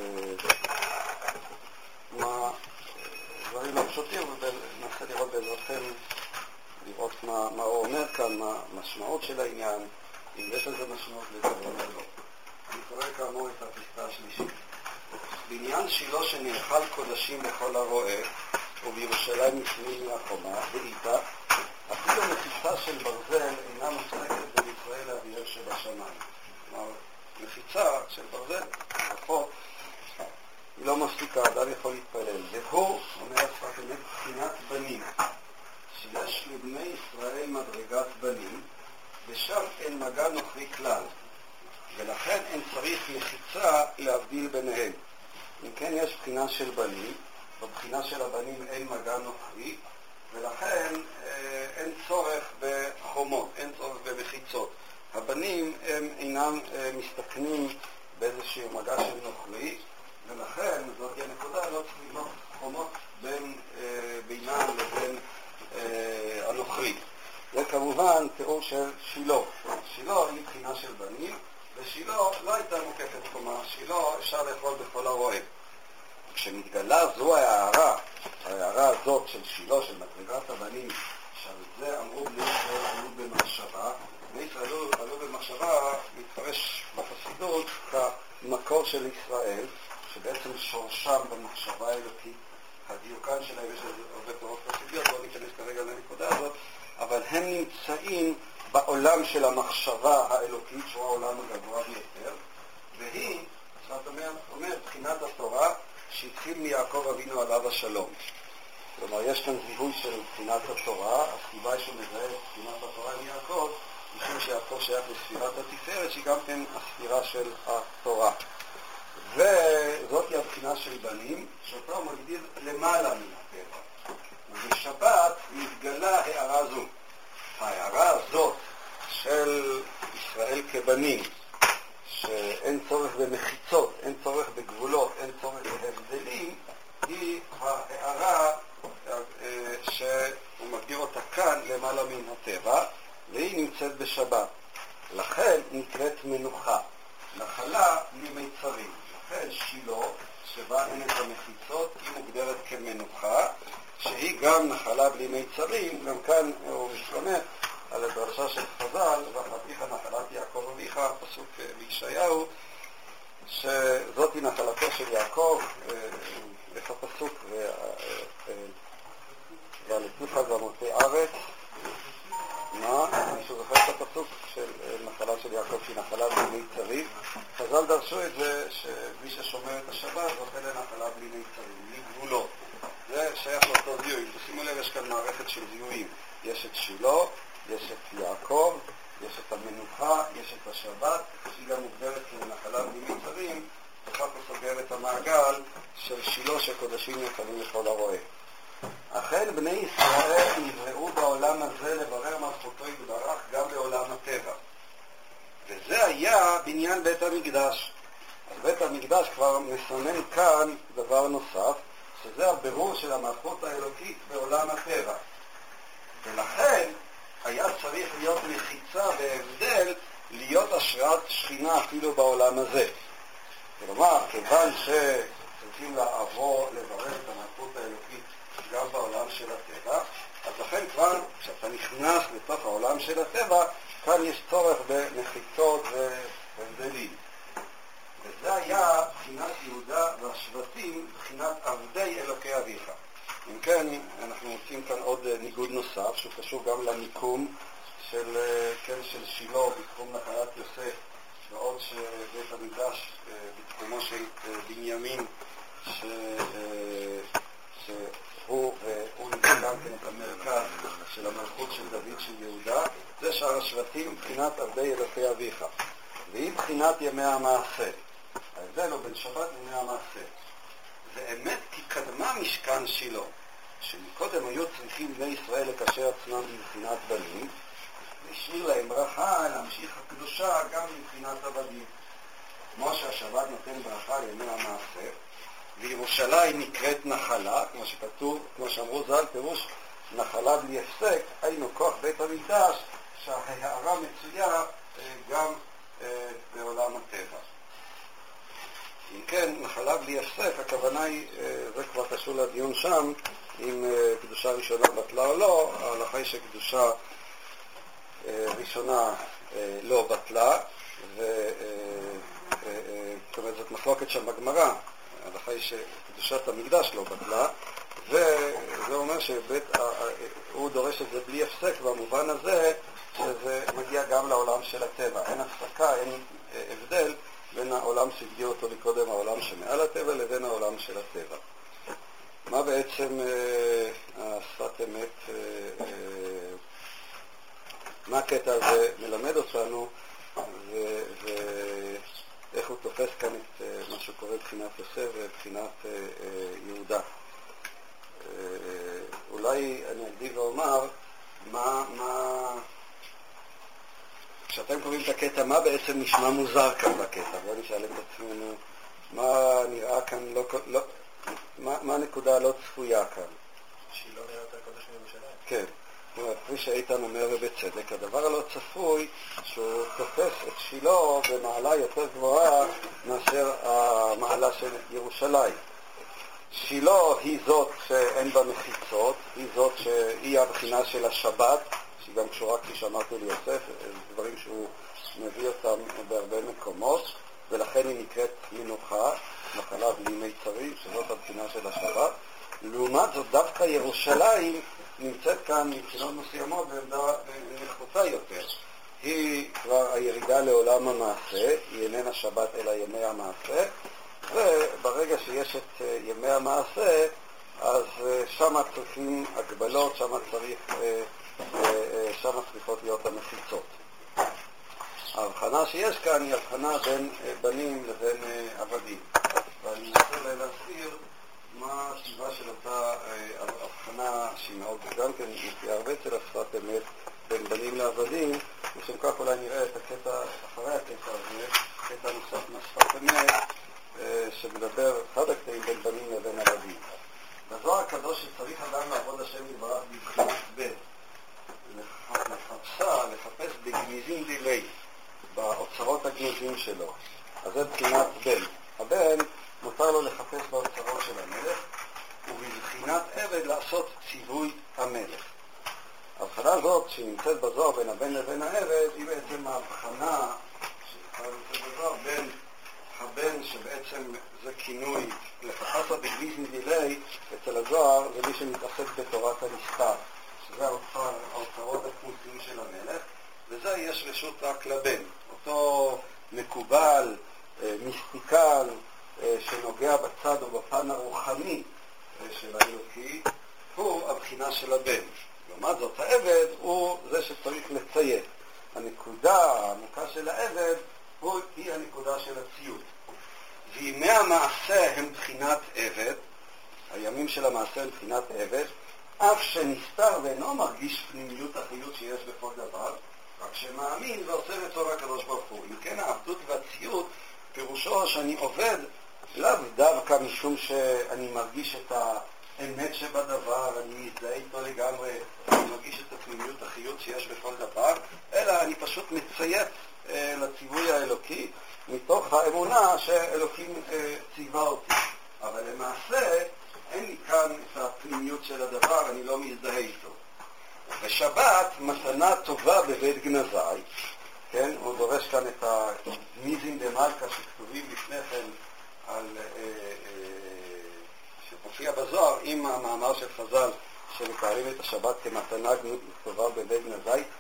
מה דברים לא פשוטים, וננסה לראות בעזרתכם, לראות מה, מה הוא אומר כאן, מה המשמעות של העניין, אם יש לזה משמעות לזה או לא. אני קורא כאמור את הפסקה השלישית. בעניין שילה שנאכל קודשים בכל הרואה, ובירושלים לפנים מהחומה, ואיתה, אפילו מחיצה של ברזל אינה מוצגת בישראל האוויר שבשמיים. כלומר, מחיצה של ברזל, לפחות, היא לא מפסיקה, אדם יכול להתפלל. והוא, אומר השפת אמת, בחינת בנים, שיש לבני ישראל מדרגת בנים, ושם אין מגע נוכרי כלל, ולכן אין צריך מחיצה להבדיל ביניהם. אם כן יש בחינה של בנים, בבחינה של הבנים אין מגע נוכרי, ולכן אה, אין צורך בחומות, אין צורך במחיצות. הבנים הם אינם אה, מסתכנים באיזשהו מגע של נוכרי, ולכן זאת היא הנקודה, לא צריך לבנות חומות בין אה, בינם לבין אה, הנוכרי. זה כמובן תיאור של שילה. שילה היא בחינה של בנים, ושילה לא הייתה מוקפת חומה, שילה אפשר לאכול בכל הרואה. כשמתגלה זו ההערה, ההערה הזאת של שילה, של מדרגת הבנים, שעל זה אמרו בני ישראל עלו במחשבה, בני ישראל עלו במחשבה מתפרש בחסידות כמקור של ישראל, שבעצם שורשם במחשבה האלוקית, הדיוקן שלהם, יש הרבה תורות חסידיות, לא ניכנס כרגע לנקודה הזאת, אבל הם נמצאים בעולם של המחשבה האלוקית, שהוא העולם הגבוה ביותר, והיא, זאת אומרת, אומרת, בחינת התורה, שהתחיל מיעקב אבינו עליו השלום. כלומר, יש כאן זיהוי של בחינת התורה, הסיבה שהוא מזהה את בחינת התורה עם יעקב, משום שיעקב שייך לספירת התפארת, שהיא גם כן הספירה של התורה. וזאת היא הבחינה של בנים, שאותה הוא מגדיר למעלה מן הטבע. ובשבת מתגלה הערה זו. ההערה הזאת של ישראל כבנים, שאין צורך במחיצות, אין צורך בגבולות, אין צורך בהבדלים, היא ההערה שהוא מגדיר אותה כאן למעלה מן הטבע, והיא נמצאת בשבת. לכן נקראת מנוחה. נחלה ממיצרים. לכן שילה, שבה אין את המחיצות, היא מוגדרת כמנוחה, שהיא גם נחלה בלי מיצרים. גם כאן הוא מסתמך על הדרשה של חז"ל, ואחריך נחלת יעקב אביך, פסוק בישעיהו, שזאת היא נחלתו של יעקב, איך הפסוק, ועלתיך במותי ארץ. מה? מישהו זוכר את הפסוק של נחלה של יעקב שהיא נחלה בלי מיצרים? חז"ל דרשו את זה שמי ששומר את השבת זוכה לנחלה בלי מיצרים, בלי גבולות. זה שייך לאותו זיהוי. תשימו לב, יש כאן מערכת של זיהויים. יש את שילה, יש את יעקב, יש את המנוחה, יש את השבת, שהיא גם מוגדרת כנחלה בלי מיצרים, וכך הוא סוגר את המעגל של שילה שקודשים יקרים לכל הרואה. אכן בני ישראל נבראו בעולם הזה לברר מלכותו יתברך גם בעולם הטבע. וזה היה בניין בית המקדש. אז בית המקדש כבר מסמן כאן דבר נוסף, שזה הבירור של המלכות האלוקית בעולם הטבע. ולכן היה צריך להיות מחיצה והבדל להיות השראת שכינה אפילו בעולם הזה. כלומר, כיוון שצריכים לעבור לברר את המלכות האלוקית גם בעולם של הטבע, אז לכן כבר כשאתה נכנס לתוך העולם של הטבע, כאן יש צורך במחיצות והבדלים. וזה היה בחינת יהודה והשבטים, בחינת עבדי אלוקי אביך. אם כן, אנחנו מוצאים כאן עוד ניגוד נוסף, שהוא קשור גם למיקום של, כן, של שילה בתחום נחלת יוסף, ועוד שבית המקדש בתחומו של בנימין, ש, שהוא הוא נמצא גם כן את המרכז של המלכות של דוד של יהודה, זה שאר השבטים מבחינת עבדי אלוקי אביך, והיא בחינת ימי המעשה. ההבדל הוא בין שבת לימי המעשה. זה אמת כי קדמה משכן שילה, שמקודם היו צריכים בני ישראל לקשר עצמם מבחינת בנים, והשאיר להם ברכה להמשיך הקדושה גם מבחינת עבדים. כמו שהשבת נותן ברכה לימי המעשה, וירושלים נקראת נחלה, כמו שכתוב, כמו שאמרו ז"ל, פירוש נחלה בלי הפסק, היינו כוח בית המקדש, שההערה מצויה גם בעולם הטבע. אם כן, נחלה בלי הפסק, הכוונה היא, זה כבר קשור לדיון שם, אם קדושה ראשונה בטלה או לא, ההלכה היא שקדושה ראשונה לא בטלה, זאת אומרת, זאת מחלוקת שם בגמרא, ההלכה היא שקדושת המקדש לא בטלה, וזה אומר שהוא דורש את זה בלי הפסק, במובן הזה שזה מגיע גם לעולם של הטבע. אין הפסקה, אין הבדל בין העולם שהגדיר אותו לקודם, העולם שמעל הטבע, לבין העולם של הטבע. מה בעצם השפת אמת, מה הקטע הזה מלמד אותנו, ואיך הוא תופס כאן את מה שקורה בבחינת יוסף ובבחינת יהודה. אולי אני אקדים ואומר, מה, מה, כשאתם קוראים את הקטע, מה בעצם נשמע מוזר כאן בקטע? בואו נשאל את עצמנו, מה נראה כאן, לא, לא, מה, מה הנקודה לא צפויה כאן? שהיא לא נראית הקדוש מירושלים. כן. כפי שאיתן אומר ובצדק, הדבר הלא צפוי שהוא תופס את שילה במעלה יותר גבוהה מאשר המעלה של ירושלים. שילה היא זאת שאין בה מחיצות, היא זאת שהיא הבחינה של השבת, שהיא גם קשורה כפי שאמרתי ליוסף, דברים שהוא מביא אותם בהרבה מקומות, ולכן היא נקראת מנוחה, נחלה בלי מיצרים, שזאת הבחינה של השבת. לעומת זאת דווקא ירושלים נמצאת כאן מבחינות מסוימות בעמדה נחותה יותר. היא כבר הירידה לעולם המעשה, היא איננה שבת אלא ימי המעשה, וברגע שיש את ימי המעשה, אז שמה צריכים הגבלות, שמה צריך, שמה צריכות להיות המחיצות. ההבחנה שיש כאן היא הבחנה בין בנים לבין עבדים. ואני רוצה להסביר מה הסיבה של אותה הבחנה שהיא מאוד גם כן מופיעה הרבה אצל השפת אמת בין בנים לעבדים, ושם כך אולי נראה את הקטע אחרי הקטע הזה, קטע נוסף מהשפת אמת שמדבר אחד הקטעים בין בנים לבין עבדים. בזוהר הקדוש שצריך אדם לעבוד השם יתברך בבחינת בן, לחפשה, לחפש בגניזים דילי, באוצרות הגנוזים שלו, אז זה בחינת בן. הבן מותר לו לחפש באוצרות של המלך, ובבחינת עבד לעשות ציווי המלך. ההבחנה הזאת שנמצאת בזוהר בין הבן לבין העבד היא בעצם ההבחנה שנמצאת בזוהר בין הבן שבעצם זה כינוי לחפשה בגניזים דילי אצל הזוהר, ומי שמתעסק בתורת הנסתר, שזה האוצרות הגנוזים של המלך, וזה יש רשות רק לבן, אותו מקובל, מיסטיקן, שנוגע בצד או בפן הרוחני של האלוקי, הוא הבחינה של הבן. לעומת זאת, העבד הוא זה שצריך לציית. הנקודה העמוקה של העבד היא הנקודה של הציות. וימי המעשה הם בחינת עבד, הימים של המעשה הם בחינת עבד, אף שנסתר ואינו מרגיש פנימיות החיות שיש בכל דבר, רק שמאמין ועושה רצון הקדוש ברוך הוא. אם כן, העבדות והציות פירושו שאני עובד לאו דווקא משום שאני מרגיש את האמת שבדבר, אני מזדהה איתו לגמרי, אני מרגיש את הפנימיות החיות שיש בכל דבר, אלא אני פשוט מציית אה, לציווי האלוקי מתוך האמונה שאלוקים אה, ציווה אותי. אבל למעשה אין לי כאן את הפנימיות של הדבר, אני לא מזדהה איתו. בשבת מתנה טובה בבית גנזי, כן? הוא דורש כאן את המיזים דמלכה שכתובים לפני כן, על, אה, אה, שמופיע בזוהר עם המאמר של חז"ל שמתארים את השבת כמתנה טובה בבית גנזי,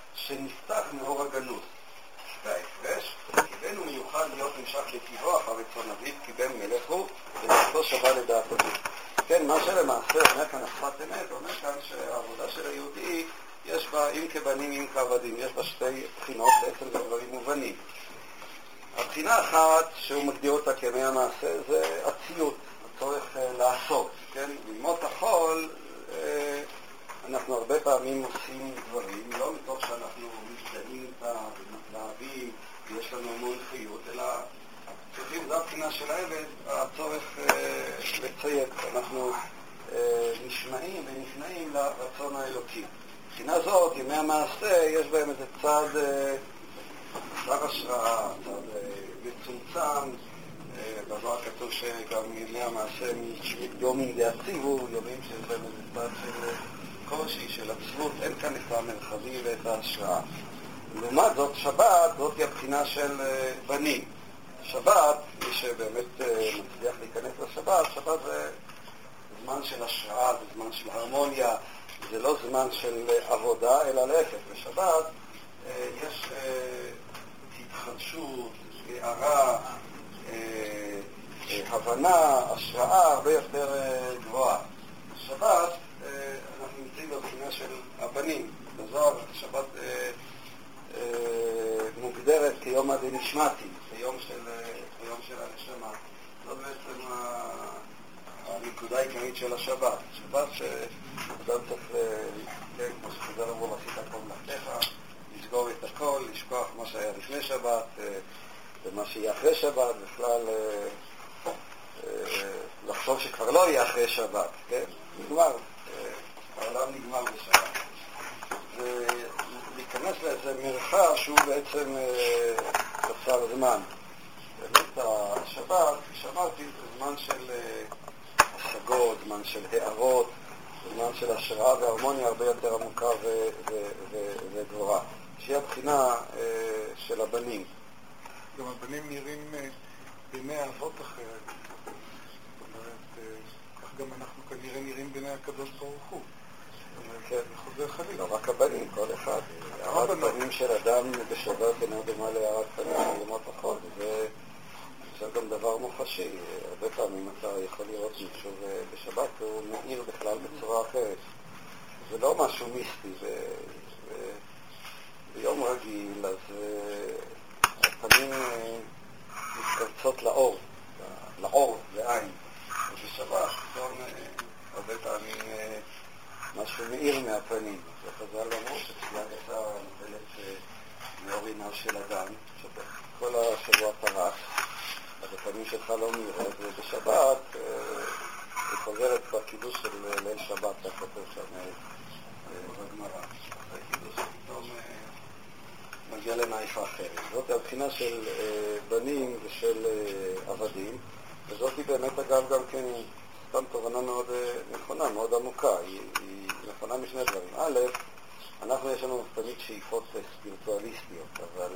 שנפתח מאור הגנוז. וההפרש, קיבלנו מיוחד להיות נמשך בטבעו אחר רצון אביו, קיבל מלך הוא, ודעתו שווה לדעת אביו. כן, מה שלמעשה אומר כאן השפת אמת, אומר כאן שהעבודה של היהודי יש בה אם כבנים אם כעבדים, יש בה שתי בחינות, בעצם זה דברים מובנים. הבחינה אחת שהוא מגדיר אותה כימי המעשה זה הציות, הצורך לעשות, כן? בימות החול אנחנו הרבה פעמים עושים דברים, לא מתוך שאנחנו מזדהים איתה ומתלהבים ויש לנו המון חיות, אלא צריכים, זו הבחינה של העבד, הצורך לציית, אנחנו נשמעים ונכנעים לרצון האלוקי. מבחינה זאת, ימי המעשה, יש בהם איזה צד צד השראה, צד מצומצם, בזוהר כתוב שגם ימי המעשה יומים דעציבו, יומים שיש בהם איזה צד של קושי, של עצבות, אין כאן את המרחבי ואת ההשראה. לעומת זאת, שבת, זאת היא הבחינה של בנים. שבת, מי שבאמת מצליח להיכנס לשבת, שבת זה זמן של השראה, זה זמן של הרמוניה, זה לא זמן של עבודה, אלא להפך. בשבת יש התחדשות, הערה, הבנה, השראה הרבה יותר גבוהה. שבת, אנחנו נמצאים בבחינה של הבנים. בזוהר, שבת מוגדרת כיום הדנשמתי, כיום של, כיום של הנשמה. זאת בעצם הנקודה העיקרית של השבת. שבת שאדם צריך, כמו שחזר אמרו, לעשות הכל מלאכתך, לסגור את הכל, לשכוח מה שהיה לפני שבת ומה שיהיה אחרי שבת, בכלל לחשוב שכבר לא יהיה אחרי שבת, כן? נגמר, העולם נגמר בשבת. ולהיכנס לאיזה מרחב שהוא בעצם קצר זמן. באמת השבת, שמעתי, זה זמן של השגות, זמן של הערות, זמן של השראה והרמוניה הרבה יותר עמוקה וגבוהה. שהיא הבחינה של הבנים. גם הבנים נראים בימי האבות אחרת. זאת אומרת, כך גם אנחנו כנראה נראים בימי הקדוש ברוך הוא. כן. חוזר חלילה. לא רק הבנים, כל אחד. הערת פנים של אדם בשבת אינה דומה להערת פנים של ימות החול. זה גם דבר מוחשי. הרבה פעמים אתה יכול לראות מישהו בשבת, הוא מאיר בכלל בצורה אחרת. זה לא משהו מיסטי. ביום רגיל, אז הפנים מתקרצות לאור, לאור, לעין. ובשבת, פתאום הרבה פעמים משהו מאיר מהפנים. וחז"ל אמרו שתפילה יצאה נוטלת מאור עיניו של אדם, שכל השבוע פרח, אז הפנים שלך לא מאירות, ובשבת היא חוזרת בקידוש של ליל שבת, כתוב שם בגמרא. הקידוש פתאום מגיע למעיפה אחרת. זאת הבחינה של בנים ושל עבדים, וזאת היא באמת אגב גם כן סתם תובנה מאוד נכונה, מאוד עמוקה. היא, היא נכונה משני דברים. א', אנחנו יש לנו תמיד שאיפות ספירטואליסטיות, אבל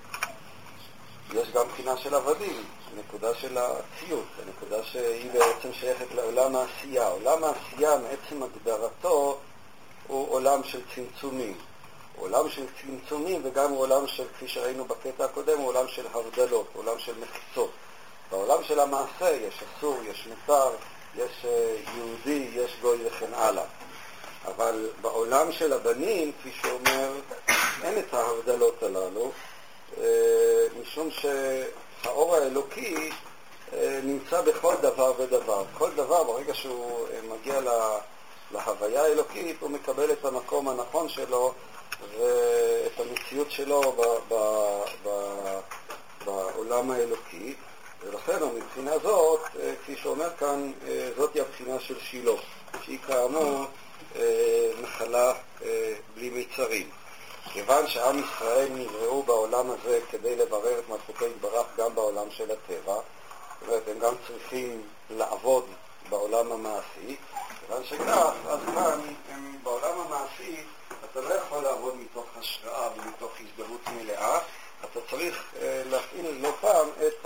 יש גם בחינה של עבדים, הנקודה של הציות, הנקודה שהיא בעצם שייכת לעולם העשייה. עולם העשייה מעצם הגדרתו הוא עולם של צמצומים. עולם של צמצומים וגם עולם של, כפי שראינו בקטע הקודם, הוא עולם של הבדלות, עולם של מחיצות. בעולם של המעשה יש אסור, יש מותר, יש יהודי, יש גוי וכן הלאה. אבל בעולם של הבנים, כפי שאומר, אין את ההבדלות הללו, משום שהאור האלוקי נמצא בכל דבר ודבר. כל דבר, ברגע שהוא מגיע להוויה האלוקית, הוא מקבל את המקום הנכון שלו ואת המציאות שלו ב, ב, ב, בעולם האלוקי. ולכן, מבחינה זאת, כפי שאומר כאן, זאת היא הבחינה של שילה, שהיא כאמור נחלה בלי מיצרים. כיוון שעם ישראל נבראו בעולם הזה כדי לברר את מלכותו יתברך גם בעולם של הטבע, זאת אומרת, הם גם צריכים לעבוד בעולם המעשי, כיוון שכך, אז כאן, הם בעולם המעשי, אתה לא יכול לעבוד מתוך השראה ומתוך הזדהות מלאה, אתה צריך אה, להפעיל לא פעם את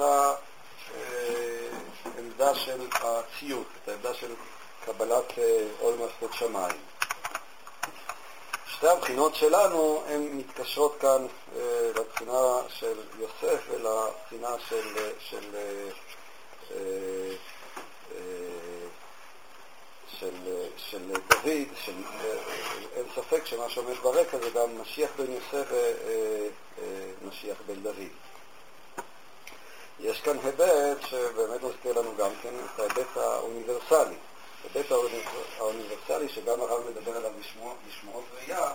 העמדה של הציות, את העמדה של קבלת אה, עול מלכות שמיים. שתי הבחינות שלנו הן מתקשרות כאן אה, לבחינה של יוסף ולבחינה של, של, אה, אה, של, של דוד, של, אה, אין ספק שמה שעומד ברקע זה גם משיח בן יוסף ומשיח בן דוד. יש כאן היבט שבאמת מזכיר לנו גם כן את ההיבט האוניברסלי. ההיבט האוניברסלי שגם הרב מדבר עליו בשמועות ראייה,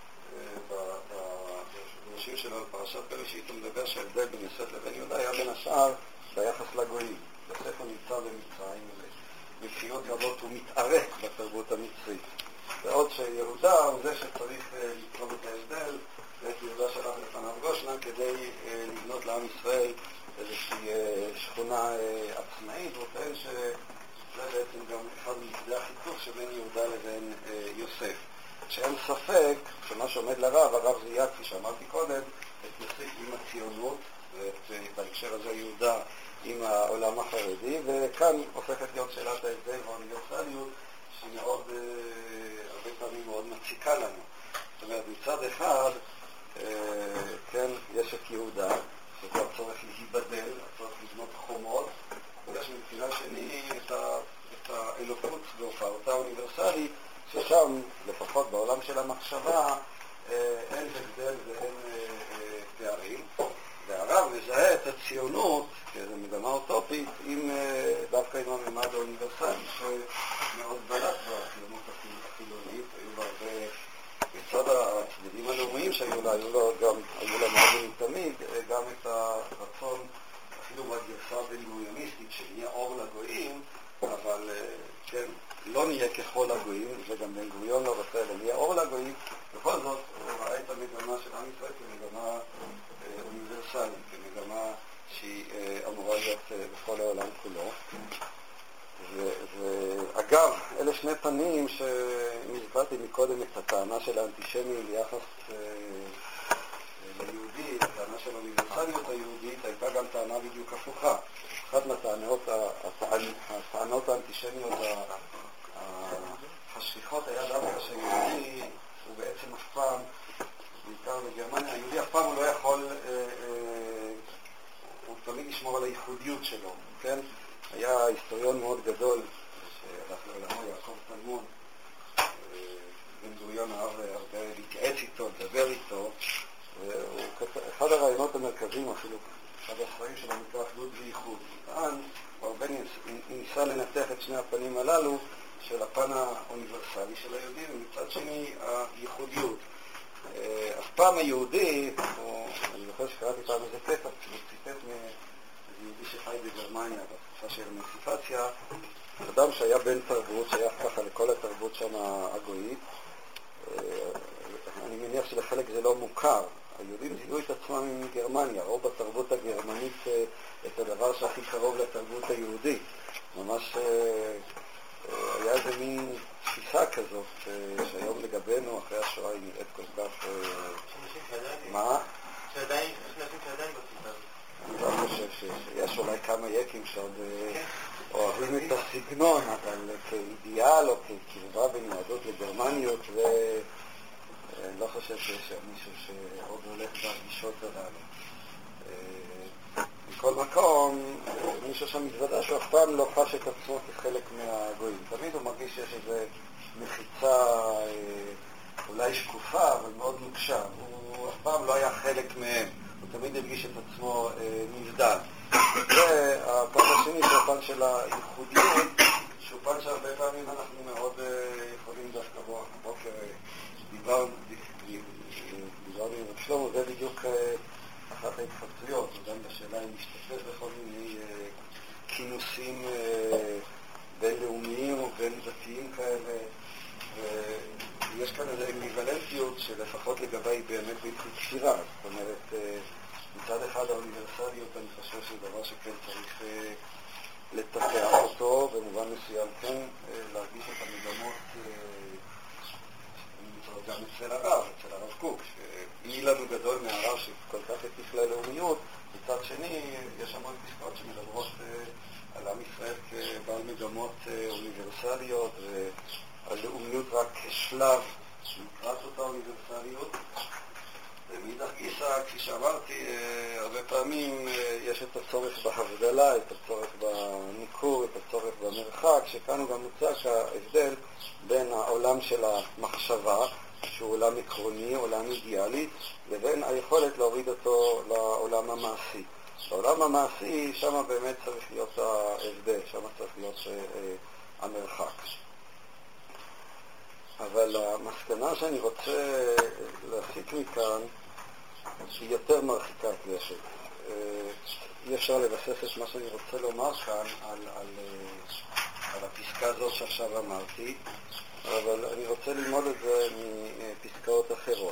בראשית שלנו בפרשת בראשית הוא מדבר שההבדל בין יוסף לבין יהודה היה בין השאר ביחס לגויים. יוסף הוא נמצא במצרים, מבחינות רבות הוא מתערק בתרבות המצרית. בעוד שיהודה הוא זה שצריך לתרום את ההבדל, ואת יהודה שלח לפניו גושנה כדי לבנות לעם ישראל איזושהי שכונה עצמאית, וטוען שזה בעצם גם אחד מכדי החיתוך שבין יהודה לבין יוסף. שאין ספק שמה שעומד לרב, הרב זיהה, כפי שאמרתי קודם, את יוסף עם הציונות, ובהקשר הזה יהודה עם העולם החרדי, וכאן הופכת להיות שאלת ההבדל והאוניברסליות, שהיא מאוד, הרבה פעמים מאוד מציקה לנו. זאת אומרת, מצד אחד, כן, יש את יהודה, שזה הצורך להיבדל, הצורך לבנות חומות, ויש מבחינה שני את, ה, את האלוקות בהופעתה האוניברסלית, ששם, לפחות בעולם של המחשבה, אין הבדל ואין פערים. והרב מזהה את הציונות, כאיזו מגמה אוטופית, עם, דווקא עם הממד האוניברסלי, שמאוד בלט בציונות החילונית, היו בה הרבה... בצד הצדדים הלאומיים שהיו לה, היו לה גם, היו לה מאוד תמיד, גם את הרצון, אפילו בגרסה בן-גוריוניסטית, שנהיה אור לגויים, אבל כן, לא נהיה ככל הגויים, וגם בן-גוריון לא רוצה, אלא נהיה אור לגויים, בכל זאת, הוא ראה את המגמה של עם ישראל כמגמה אוניברסלית, כמגמה שהיא אמורה להיות בכל העולם כולו. ואגב, אלה שני פנים שמזכרתי מקודם את הטענה של האנטישמי ביחס ליהודי, הטענה של האוניברסליות היהודית הייתה גם טענה בדיוק הפוכה. אחת מהטענות הטענות האנטישמיות השכיחות היה דווקא שיהודי הוא בעצם אף פעם, בעיקר בגרמניה, היהודי אף פעם הוא לא יכול, הוא תמיד ישמור על הייחודיות שלו, כן? היה היסטוריון מאוד גדול שהלך לעולמו, יעקב טלמון, בן-גוריון אהב הרבה להתייעץ איתו, לדבר איתו, ואחד הרעיונות המרכזיים, אפילו אחד הספרים שלו נקרא אחדות וייחוד. טען, הוא הרבה ניסה לנתח את שני הפנים הללו של הפן האוניברסלי של היהודי, ומצד שני הייחודיות. אף פעם היהודי, אני זוכר שקראתי פעם איזה קטע, שהוא ציטט מיהודי שחי בגרמניה, בתקופה של אמנסיפציה, אדם שהיה בן תרבות, שייך ככה לכל התרבות שם הגויית. אני מניח שלחלק זה לא מוכר. היהודים זיהו את עצמם מגרמניה, ראו בתרבות הגרמנית את הדבר שהכי קרוב לתרבות היהודית. ממש היה איזה מין תפיסה כזאת, שהיום לגבינו, אחרי השואה, היא נראית כל כך... מה? שעדיין, יש נשים שעדיין בתפיסה. אני לא חושב שיש אולי כמה יקים שעוד אוהבים את הסגנון, אבל כאידיאל או כקרבה בין יהדות לגרמניות, ואני לא חושב שיש מישהו שעוד הולך בגישות הללו. בכל מקום, מישהו שם מתוודע שהוא אף פעם לא חש את עצמו כחלק מהגויים. תמיד הוא מרגיש שיש איזו מחיצה אולי שקופה, אבל מאוד נוקשה. הוא אף פעם לא היה חלק מהם. הוא תמיד הרגיש את עצמו נבדל. והפן השני זה הפן של הייחודיות, שהוא פן שהרבה פעמים אנחנו מאוד יכולים דווקא בוקר דיברנו עם שלמה, זה בדיוק אחת ההתחבטויות, וגם בשאלה אם להשתתף בכל מיני כינוסים בינלאומיים או בין דתיים כאלה, ויש כאן איזו אמביוולנטיות שלפחות לגבי באמת בלתי קשירה. זאת אומרת, מצד אחד האוניברסליות אני חושב שזה דבר שכן צריך לטפח אותו, במובן מסוים כן להרגיש את המגמות גם אצל הרב, אצל הרב קוק, שאילנו גדול מהרב שכל כך הטיף ללאומיות. מצד שני, יש המון פסקאות שמדברות על עם ישראל כבעל מגמות אוניברסליות, והלאומיות רק כשלב לקראת אותה אוניברסליות. ומאידך גיסא, כפי שאמרתי, הרבה פעמים יש את הצורך בהבדלה, את הצורך בניכור, את הצורך במרחק, שכאן הוא גם מוצג ההבדל בין העולם של המחשבה, שהוא עולם עקרוני, עולם אידיאלי, לבין היכולת להוריד אותו לעולם המעשי. בעולם המעשי, שם באמת צריך להיות ההבדל, שם צריך להיות המרחק. אבל המסקנה שאני רוצה להסיק מכאן היא יותר מרחיקת לכת. אי אפשר לבסס את מה שאני רוצה לומר כאן על, על, על הפסקה הזאת שעכשיו אמרתי, אבל אני רוצה ללמוד את זה מפסקאות אחרות.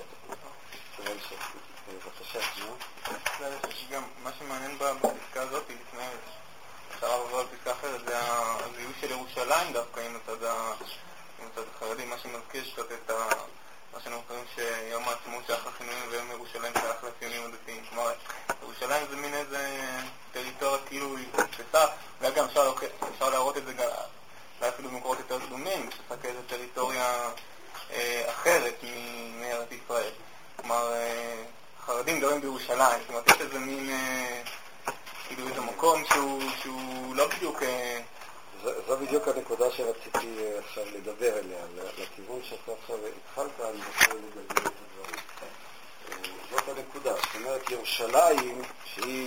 בבקשה, מה? גם מה שמעניין בפסקה הזאת, לפני אפשר לעבור על פסקה אחרת, זה הזיהוי של ירושלים דווקא עם הצד החרדי, מה שמזכיר קצת את מה שאנחנו קוראים שיום העצמאות שייך לחילונים ויום ירושלים שייך לציונים הדתיים. כלומר, ירושלים זה מין איזה טריטוריה כאילו היא תפסה, וגם אפשר להראות את זה אפילו במקורות יותר קדומים, שתפסה כאיזו טריטוריה אחרת מארץ ישראל. כלומר, חרדים גרים בירושלים, זאת אומרת, יש איזה מין, כאילו איזה מקום שהוא לא בדיוק... זו בדיוק הנקודה שרציתי עכשיו לדבר אליה, לכיוון שאתה עכשיו התחלת, אני רוצה לגלגל את הדברים. זאת הנקודה, זאת אומרת, ירושלים, שהיא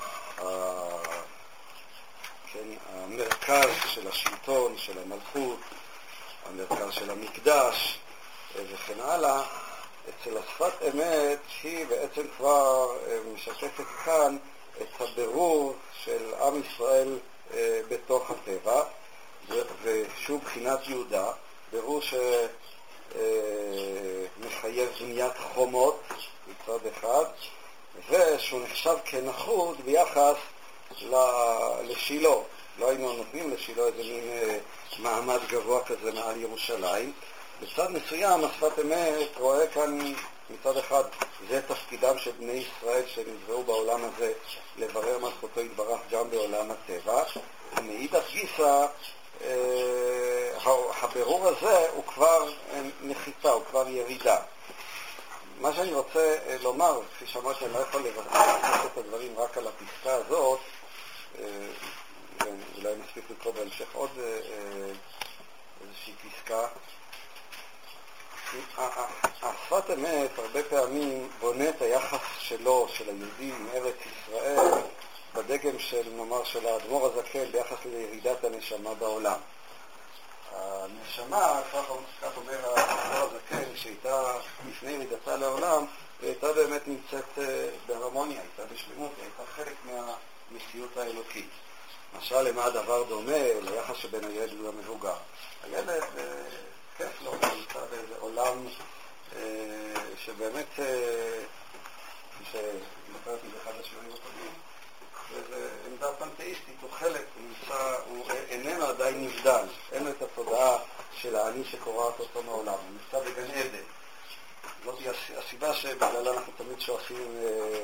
המרכז של השלטון, של המלכות, המרכז של המקדש וכן הלאה, אצל השפת אמת היא בעצם כבר משקפת כאן את הבירור של עם ישראל בתוך הטבע, ושוב בחינת יהודה, בירור שמחייב בניית חומות מצד אחד, ושהוא נחשב כנחות ביחס לשילה. לא היינו נותנים לשילה איזה מין מעמד גבוה כזה מעל ירושלים. בצד מסוים, השפת אמת רואה כאן מצד אחד, זה תפקידם של בני ישראל שנזרעו בעולם הזה לברר מלכותו יתברך גם בעולם הטבע, ומאידך גיסא הבירור הזה הוא כבר נחיתה, הוא כבר ירידה. מה שאני רוצה לומר, כפי שאמרתי, אני לא יכול לבסס את הדברים רק על הפסקה הזאת, אולי מספיק לקרוא בהמשך עוד איזושהי פסקה. השפת אמת הרבה פעמים בונה את היחס שלו, של היהודים עם ארץ ישראל, בדגם של, נאמר, של האדמו"ר הזקן ביחס לירידת הנשמה בעולם. הנשמה, כך אומר האדמו"ר הזקן, שהייתה לפני ירידתה לעולם, היא הייתה באמת נמצאת בהרמוניה, הייתה בשלמות, היא הייתה חלק מהמציאות האלוקית. למשל, למה הדבר דומה ליחס שבין הילד למבוגר. הילד כיף לו, הוא נמצא באיזה עולם שבאמת, כפי שנתתי באחד השיעורים הקודמים, וזו עמדה פנתאיסטית, הוא חלק, הוא נמצא, הוא איננו עדיין נבדל, אין לו את התודעה של האני שקוראת אותו מעולם, הוא נמצא בגן עדן. זאת הסיבה שבגללה אנחנו תמיד שואפים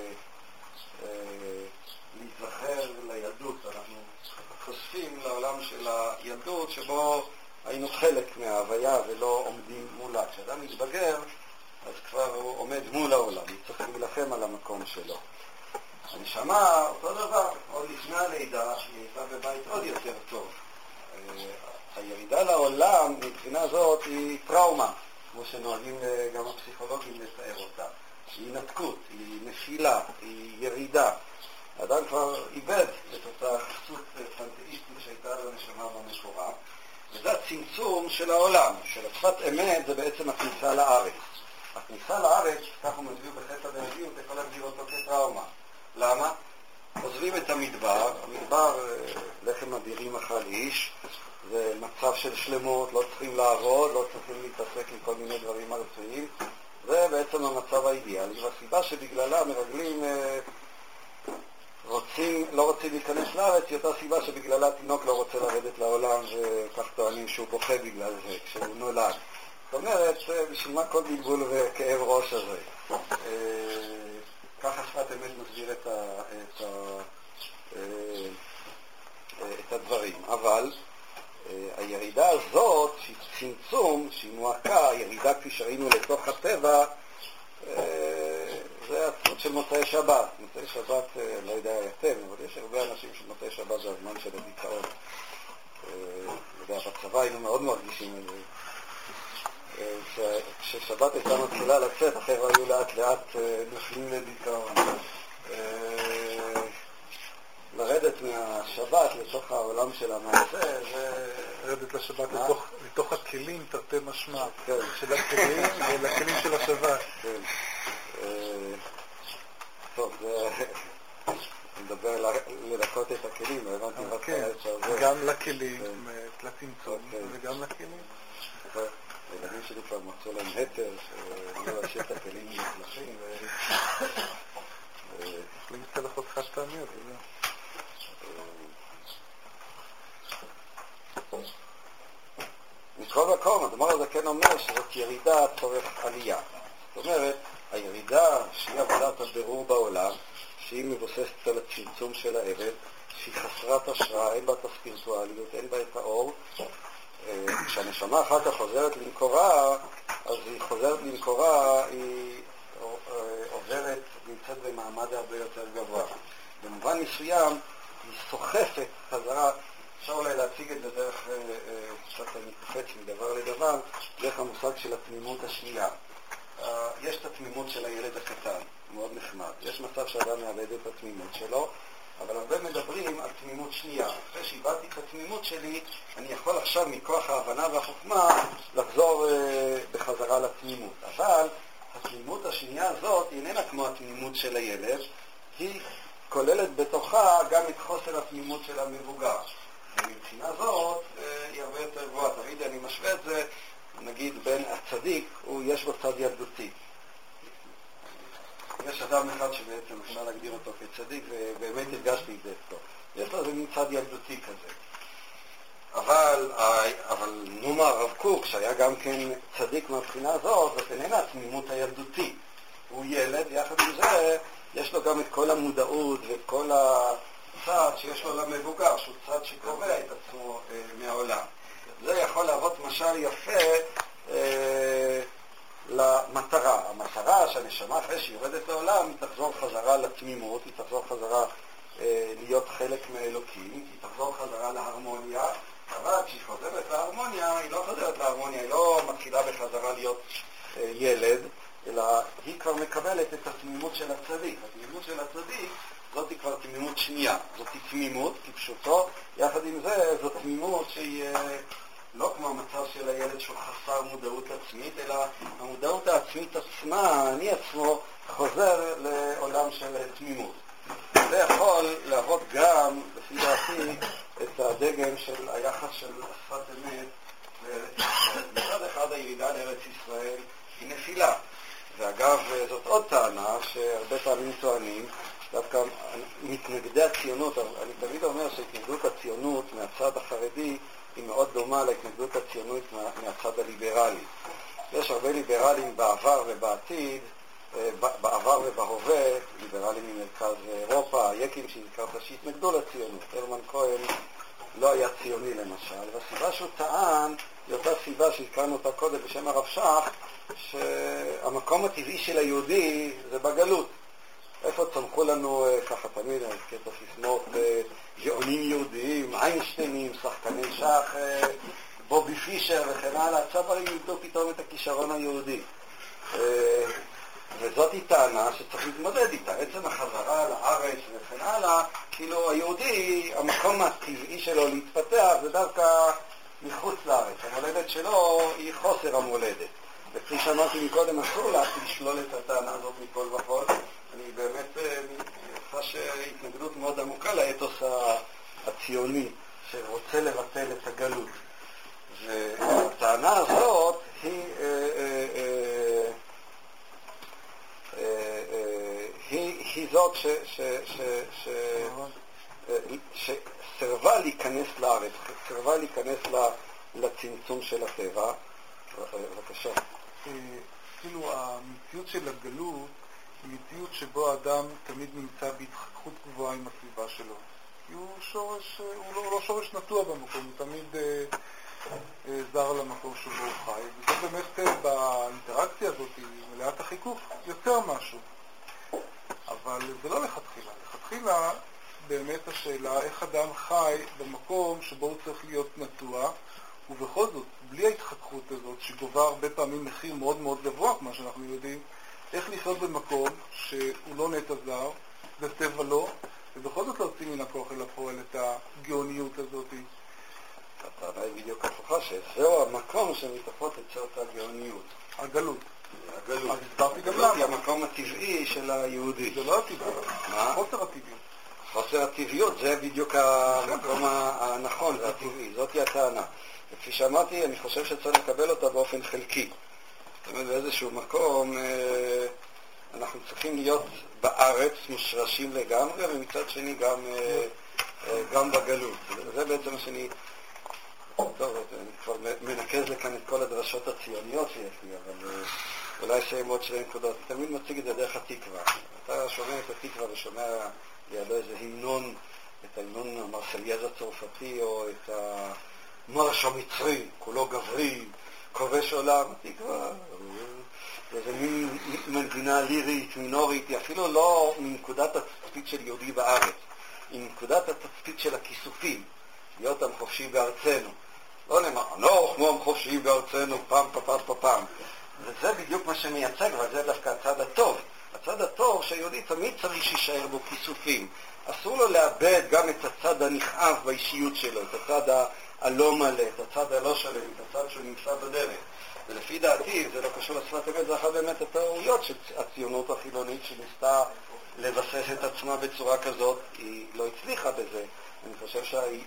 להתזכר לילדות, אנחנו חושפים לעולם של הילדות שבו היינו חלק מההוויה ולא עומדים מולה. כשאדם מתבגר, אז כבר הוא עומד מול העולם, הוא צריך להילחם על המקום שלו. הנשמה, אותו דבר, עוד לפני הלידה, היא הייתה בבית עוד יותר טוב. הירידה לעולם, מבחינה זאת, היא טראומה, כמו שנוהגים גם הפסיכולוגים לתאר אותה. היא נתקות, היא נפילה, היא ירידה. האדם כבר איבד את אותה חסות פנתאיסטית שהייתה לנשמה במקורה, וזה הצמצום של העולם, של השפת אמת, זה בעצם הכניסה לארץ. הכניסה לארץ, כך הוא מסביר בחטא הבנביות, אתה יכול להגדיר אותו כטראומה. למה? עוזבים את המדבר, המדבר לחם אדירים אכל איש, זה מצב של שלמות, לא צריכים לעבוד, לא צריכים להתעסק עם כל מיני דברים ארציים, זה בעצם המצב האידיאלי, והסיבה שבגללה מרגלים רוצים, לא רוצים להיכנס לארץ, היא אותה סיבה שבגללה תינוק לא רוצה לרדת לעולם, וכך טוענים שהוא בוכה בגלל זה, כשהוא נולד. זאת אומרת, בשביל מה כל בלבול וכאב ראש הזה? ככה שפת אמת מסביר את, ה, את, ה, את הדברים. אבל הירידה הזאת, שהיא צמצום, שהיא מועקה, ירידה כפי שראינו לתוך הטבע, זה הצד של מוצאי שבת. מוצאי שבת, לא יודע אתם, אבל יש הרבה אנשים שמוצאי שבת זה הזמן של הדיכאון. בצבא היינו מאוד מרגישים את זה. כששבת הייתה מתחילה לצאת, החבר'ה היו לאט לאט נופלים לדיכאון. לרדת מהשבת לתוך העולם של המעשה, זה... לרדת לשבת לתוך הכלים, תרתי משמע, של הכלים ולכלים של השבת. כן. טוב, זה... נדבר ללקות את הכלים, הבנתי רק את זה. גם לכלים, לצמצום, וגם לכלים. הילדים שלי כבר מצאו להם היתר, שלא להשאיר את הכלים מוצלחים. יכולים צלחות חד פעמיות, זה זה. מכל מקום, הדבר הזה כן אומר שזאת ירידה צורך עלייה. זאת אומרת, הירידה שהיא עבודת הבירור בעולם, שהיא מבוססת על הצמצום של העבד, שהיא חסרת השראה, אין בה את הספירטואליות, אין בה את האור. כשהנשמה אחר כך חוזרת למקורה, אז היא חוזרת למקורה, היא עוברת, נמצאת במעמד הרבה יותר גבוה. במובן מסוים, היא סוחפת חזרה, אפשר אולי להציג את זה דרך, קצת אני קופץ מדבר לדבר, דרך המושג של התמימות השנייה. יש את התמימות של הילד הקטן, מאוד נחמד. יש מצב שאדם מאבד את התמימות שלו, אבל הרבה מדברים על תמימות שנייה. אחרי שאיבדתי את התמימות שלי, אני יכול עכשיו מכוח ההבנה והחוכמה לחזור אה, בחזרה לתמימות. אבל התמימות השנייה הזאת היא איננה כמו התמימות של הילד, היא כוללת בתוכה גם את חוסר התמימות של המבוגר. ומבחינה זאת אה, היא הרבה יותר גבוהה. תמיד אני משווה את זה, נגיד בין הצדיק, הוא יש לו צד ילדותי. יש אדם אחד שבעצם אפשר להגדיר אותו כצדיק, ובאמת הרגשתי את זה אצלו. יש לו איזה מין צד ילדותי כזה. אבל, אבל נאמר הרב קוק, שהיה גם כן צדיק מהבחינה הזאת, זאת איננה התמימות הילדותי. הוא ילד, יחד עם זה, יש לו גם את כל המודעות ואת כל הצד שיש לו למבוגר, שהוא צד שקובע את עצמו אה, מהעולם. זה יכול להוות משל יפה אה, למטרה. המטרה שהנשמה אחרי שהיא יורדת לעולם, היא תחזור חזרה לתמימות, היא תחזור חזרה אה, להיות חלק מהאלוקים, היא תחזור חזרה להרמוניה, אבל כשהיא חוזרת להרמוניה, היא לא חוזרת להרמוניה, היא לא מתחילה בחזרה להיות אה, ילד, אלא היא כבר מקבלת את התמימות של הצדיק. התמימות של הצדיק זאת היא כבר תמימות שנייה, זאת היא תמימות כפשוטו, יחד עם זה זאת תמימות שהיא אה, לא כמו המצב של הילד שהוא חסר מודעות עצמית, אלא המודעות העצמית עצמה, אני עצמו, חוזר לעולם של תמימות. זה יכול להוות גם, לפי דעתי, את הדגם של היחס של שפת אמת לארץ ישראל. מצד אחד הירידה לארץ ישראל היא נפילה. ואגב, זאת עוד טענה שהרבה פעמים טוענים, דווקא מתנגדי הציונות, אני תמיד אומר שהתנגדות הציונות מהצד החרדי היא מאוד דומה להתנגדות הציונות מהצד הליברלי. יש הרבה ליברלים בעבר ובעתיד, בעבר ובהווה, ליברלים ממרכז אירופה, היקים שהזכרת שהתנגדו לציונות. הרמן כהן לא היה ציוני למשל, והסיבה שהוא טען היא אותה סיבה שהזכרנו אותה קודם בשם הרב שך, שהמקום הטבעי של היהודי זה בגלות. איפה צמחו לנו ככה תמיד, אני אזכיר את הסיסמאות, גאונים יהודיים, איינשטיינים, שחקני שח, בובי פישר וכן הלאה, צברים יבדו פתאום את הכישרון היהודי. וזאת היא טענה שצריך להתמודד איתה. עצם החזרה לארץ וכן הלאה, כאילו היהודי, המקום הטבעי שלו להתפתח זה דווקא מחוץ לארץ. המולדת שלו היא חוסר המולדת. וכפי שאמרתי מקודם, אסור לה לשלול את הטענה הזאת מכל וכל. אני באמת חש התנגדות מאוד עמוקה לאתוס הציוני שרוצה לבטל את הגלות. והטענה הזאת היא, היא, היא זאת ש, ש, ש, ש, שסרבה להיכנס לארץ, סרבה להיכנס לצמצום של הטבע. בבקשה. כאילו המציאות של הגלות היא מציאות שבו האדם תמיד נמצא בהתחככות גבוהה עם הסביבה שלו. כי הוא שורש, הוא לא, לא שורש נטוע במקום, הוא תמיד אה, אה, זר למקום שבו הוא חי, וזה באמת אה, באינטראקציה הזאת, מלאת החיכוך, יותר משהו. אבל זה לא לכתחילה. לכתחילה באמת השאלה איך אדם חי במקום שבו הוא צריך להיות נטוע, ובכל זאת, בלי ההתחככות הזאת, שגובה הרבה פעמים מחיר מאוד מאוד גבוה, כמו שאנחנו יודעים, איך לחיות במקום שהוא לא נטע זר, בטבע לא, ובכל זאת להוציא מן הכוח אל הפועל את הגאוניות הזאת. הטענה היא בדיוק הפוכה, שזהו המקום שמתוכו תצא אותה גאוניות. הגלות. הגלות. אז הסברתי גם הגלות למה. היא המקום הטבעי של היהודי. זה לא הטבעי, מה? חוסר הטבעיות. חוסר הטבעיות זה בדיוק המקום הנכון והטבעי, זאת היא הטענה. וכפי שאמרתי, אני חושב שצריך לקבל אותה באופן חלקי. זאת אומרת, באיזשהו מקום אה, אנחנו צריכים להיות בארץ מושרשים לגמרי, ומצד שני גם, אה, אה, גם בגלות. זה בעצם מה שאני... טוב, אני כבר מנקז לכאן את כל הדרשות הציוניות שיש לי, אבל אה, אולי שהם עוד שתי נקודות. אני תמיד מציג את זה דרך התקווה. אתה שומע את התקווה ושומע לידו איזה המנון, את ההמנון המרסלייז הצרפתי, או את המרש המצרי, כולו גברי, כובש עולם, התקווה. זה מין מנגינה לירית, מינורית, היא אפילו לא מנקודת התצפית של יהודי בארץ, היא מנקודת התצפית של הכיסופים, להיות עם חופשי בארצנו. לא נאמר, לא, כמו עם חופשי בארצנו, פעם, פעם, פעם, פעם. וזה בדיוק מה שמייצג, אבל זה דווקא הצד הטוב. הצד הטוב שהיהודי תמיד צריך שישאר בו כיסופים. אסור לו לאבד גם את הצד הנכאב באישיות שלו, את הצד הלא מלא, את הצד הלא שלם, את הצד שהוא נמצא בדרך. ולפי דעתי, זה לא קשור לשפת אמת, זה אחת באמת הטעויות של הציונות החילונית שניסתה לבסס את עצמה בצורה כזאת, היא לא הצליחה בזה. אני חושב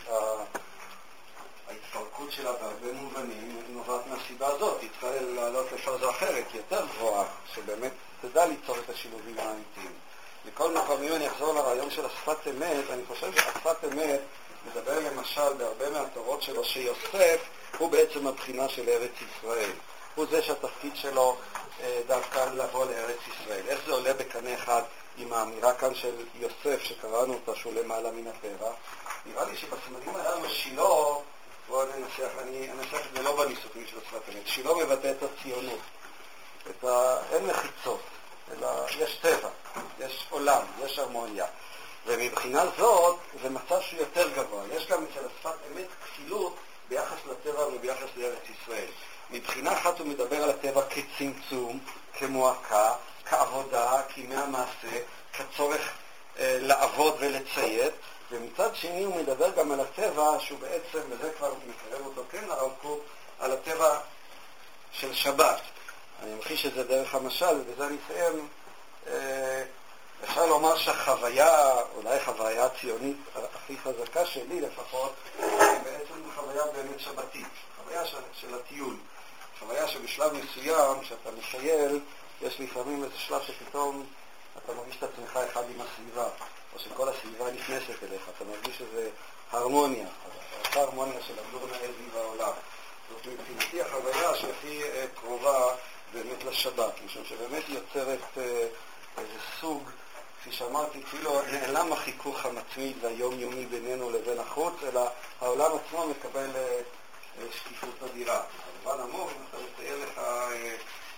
שההתפרקות שלה בהרבה מובנים נובעת מהסיבה הזאת, היא צריכה לעלות לפרזה אחרת, יותר גבוהה, שבאמת תדע ליצור את השילובים האמיתיים. מכל מקום, אם אני אחזור לרעיון של השפת אמת, אני חושב שהשפת אמת מדבר למשל בהרבה מהתורות שלו שיוסף הוא בעצם הבחינה של ארץ ישראל. הוא זה שהתפקיד שלו אה, דווקא לבוא לארץ ישראל. איך זה עולה בקנה אחד עם האמירה כאן של יוסף שקראנו אותה שהוא למעלה מן הטבע? נראה לי שבסמלים הללו שילה, בואו ננסח, אני אנסח את זה לא בניסוחים של השפת אמת, שילה מבטא את הציונות, את ה... אין מחיצות, אלא יש טבע, יש עולם, יש הרמוניה. ומבחינה זאת זה מצב שהוא יותר גבוה. יש גם אצל השפת אמת כפילות ביחס לטבע וביחס לארץ ישראל. מבחינה אחת הוא מדבר על הטבע כצמצום, כמועקה, כעבודה, כימי המעשה, כצורך אה, לעבוד ולציית, ומצד שני הוא מדבר גם על הטבע שהוא בעצם, וזה כבר מקרב אותו כן לרב קוק, על הטבע של שבת. אני ממחיש את זה דרך המשל, ובזה אני אסיים. אה, אפשר לומר שהחוויה, אולי חוויה הציונית הכי חזקה שלי לפחות, היא בעצם חוויה באמת שבתית, חוויה של, של הטיול. חוויה שבשלב מסוים, כשאתה משייל, יש לפעמים איזה שלב שפתאום אתה מרגיש את עצמך אחד עם הסביבה, או שכל הסביבה נכנסת אליך, אתה מרגיש איזה הרמוניה, אותה הרמוניה של הגדור נעזי בעולם. זאת מבחינתי החוויה שהכי קרובה באמת לשבת, משום שבאמת יוצרת איזה סוג, כפי שאמרתי, כאילו נעלם החיכוך המצמיד והיומיומי בינינו לבין החוץ, אלא העולם עצמו מקבל שקיפות אדירה. במובן עמוק, אתה מתאר לך אה,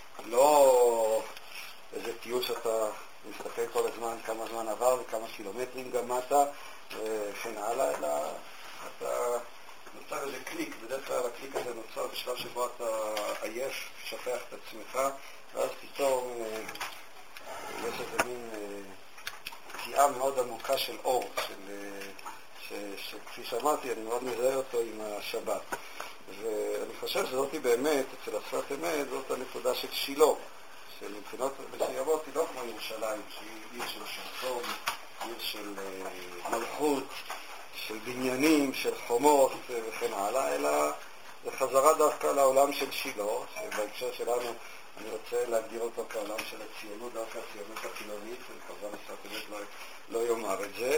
לא איזה טיול שאתה מסתכל כל הזמן כמה זמן עבר וכמה קילומטרים גמעת וכן הלאה, אלא אתה נוצר איזה קליק, בדרך כלל הקליק הזה נוצר בשלב שבו אתה עייף, שפך את עצמך, ואז פתאום אה, יש איזה מין פגיעה אה, מאוד עמוקה של אור, של, אה, ש, שכפי שאמרתי, אני מאוד מזהה אותו עם השבת. ואני חושב שזאת היא באמת, אצל השפת אמת, זאת הנקודה של שילה, שמבחינות מסוימות היא לא כמו ירושלים, שהיא עיר של שרצון, עיר של uh, מלכות, של בניינים, של חומות וכן הלאה, אלא זה חזרה דווקא לעולם של שילה, שבהקשר שלנו אני רוצה להגדיר אותו כעולם של הציונות, דווקא הציונות החילונית, וכמובן השפת אמת לא, לא יאמר את זה.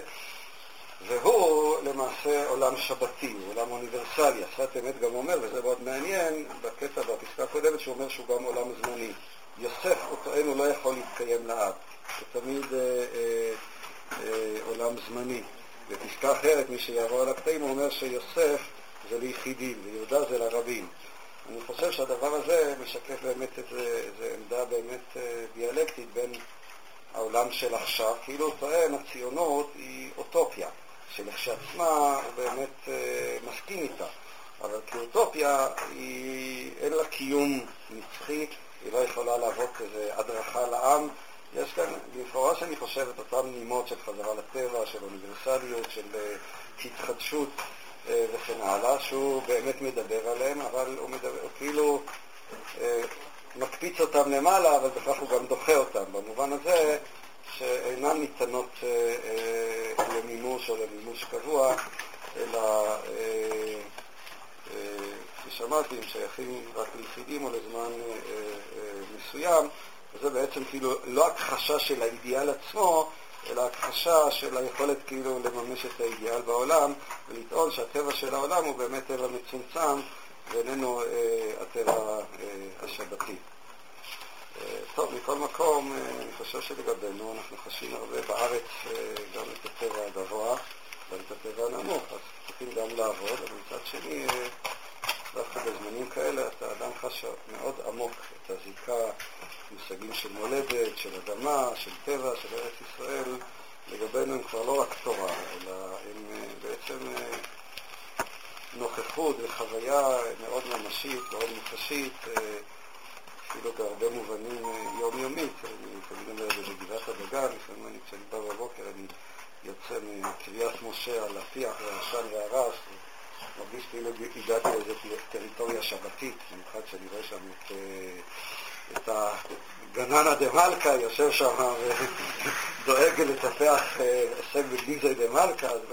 והוא למעשה עולם שבתי, עולם אוניברסלי. השפת אמת גם אומר, וזה מאוד מעניין, בקטע בפסקה הקודמת, שהוא אומר שהוא גם עולם זמני. יוסף, הוא טוען, הוא לא יכול להתקיים לעד. הוא תמיד אה, אה, אה, עולם זמני. בפסקה אחרת, מי שיעבור על הקטעים, הוא אומר שיוסף זה ליחידים, ויהודה זה לרבים. אני חושב שהדבר הזה משקף באמת את זה, זה עמדה באמת דיאלקטית בין העולם של עכשיו, כאילו הוא טוען, הציונות היא אוטופיה, שלכשעצמה הוא באמת מסכים איתה, אבל כאוטופיה היא, אין לה קיום נצחי, היא לא יכולה להוות איזו הדרכה לעם. יש כאן, במפורש אני חושב, את אותם נימות של חזרה לטבע, של אוניברסליות, של התחדשות וכן הלאה, שהוא באמת מדבר עליהם, אבל הוא, מדבר, הוא כאילו אה, מקפיץ אותם למעלה, אבל בכך הוא גם דוחה אותם, במובן הזה שאינן ניתנות אה, אה, למימוש או למימוש קבוע, אלא אה, אה, כפי שאמרתי, הם שייכים רק ליחידים או לזמן אה, אה, מסוים, וזה בעצם כאילו לא הכחשה של האידיאל עצמו, אלא הכחשה של היכולת כאילו לממש את האידיאל בעולם, ולטעון שהטבע של העולם הוא באמת טבע מצומצם, ואיננו אה, הטבע אה, השבתי. אה, טוב, מכל מקום, אה, אני חושב שלגבינו אנחנו חשים הרבה בארץ אה, גם את הטבע הגבוה, גם את הטבע הנמוך, אז צריכים גם לעבוד, אבל מצד שני, אה, דווקא בזמנים כאלה, אתה אדם חש מאוד עמוק את הזיקה, מושגים של מולדת, של אדמה, של טבע, של ארץ ישראל, לגבינו הם כבר לא רק תורה, אלא הם בעצם נוכחות וחוויה מאוד ממשית, מאוד מוחשית, אפילו בהרבה מובנים יומיומית. אני תמיד אומר את זה בגבעת הדגן, לפעמים אני כשאני בא בבוקר, אני יוצא מקריית משה על הפיח והעשן והרס, מרגיש כאילו הגעתי לאיזו טריטוריה שבתית, במיוחד שאני רואה שם את, את הגננה דה מלכה, יושב שם ודואג לטפח הישג בגליזי דה מלכה, אז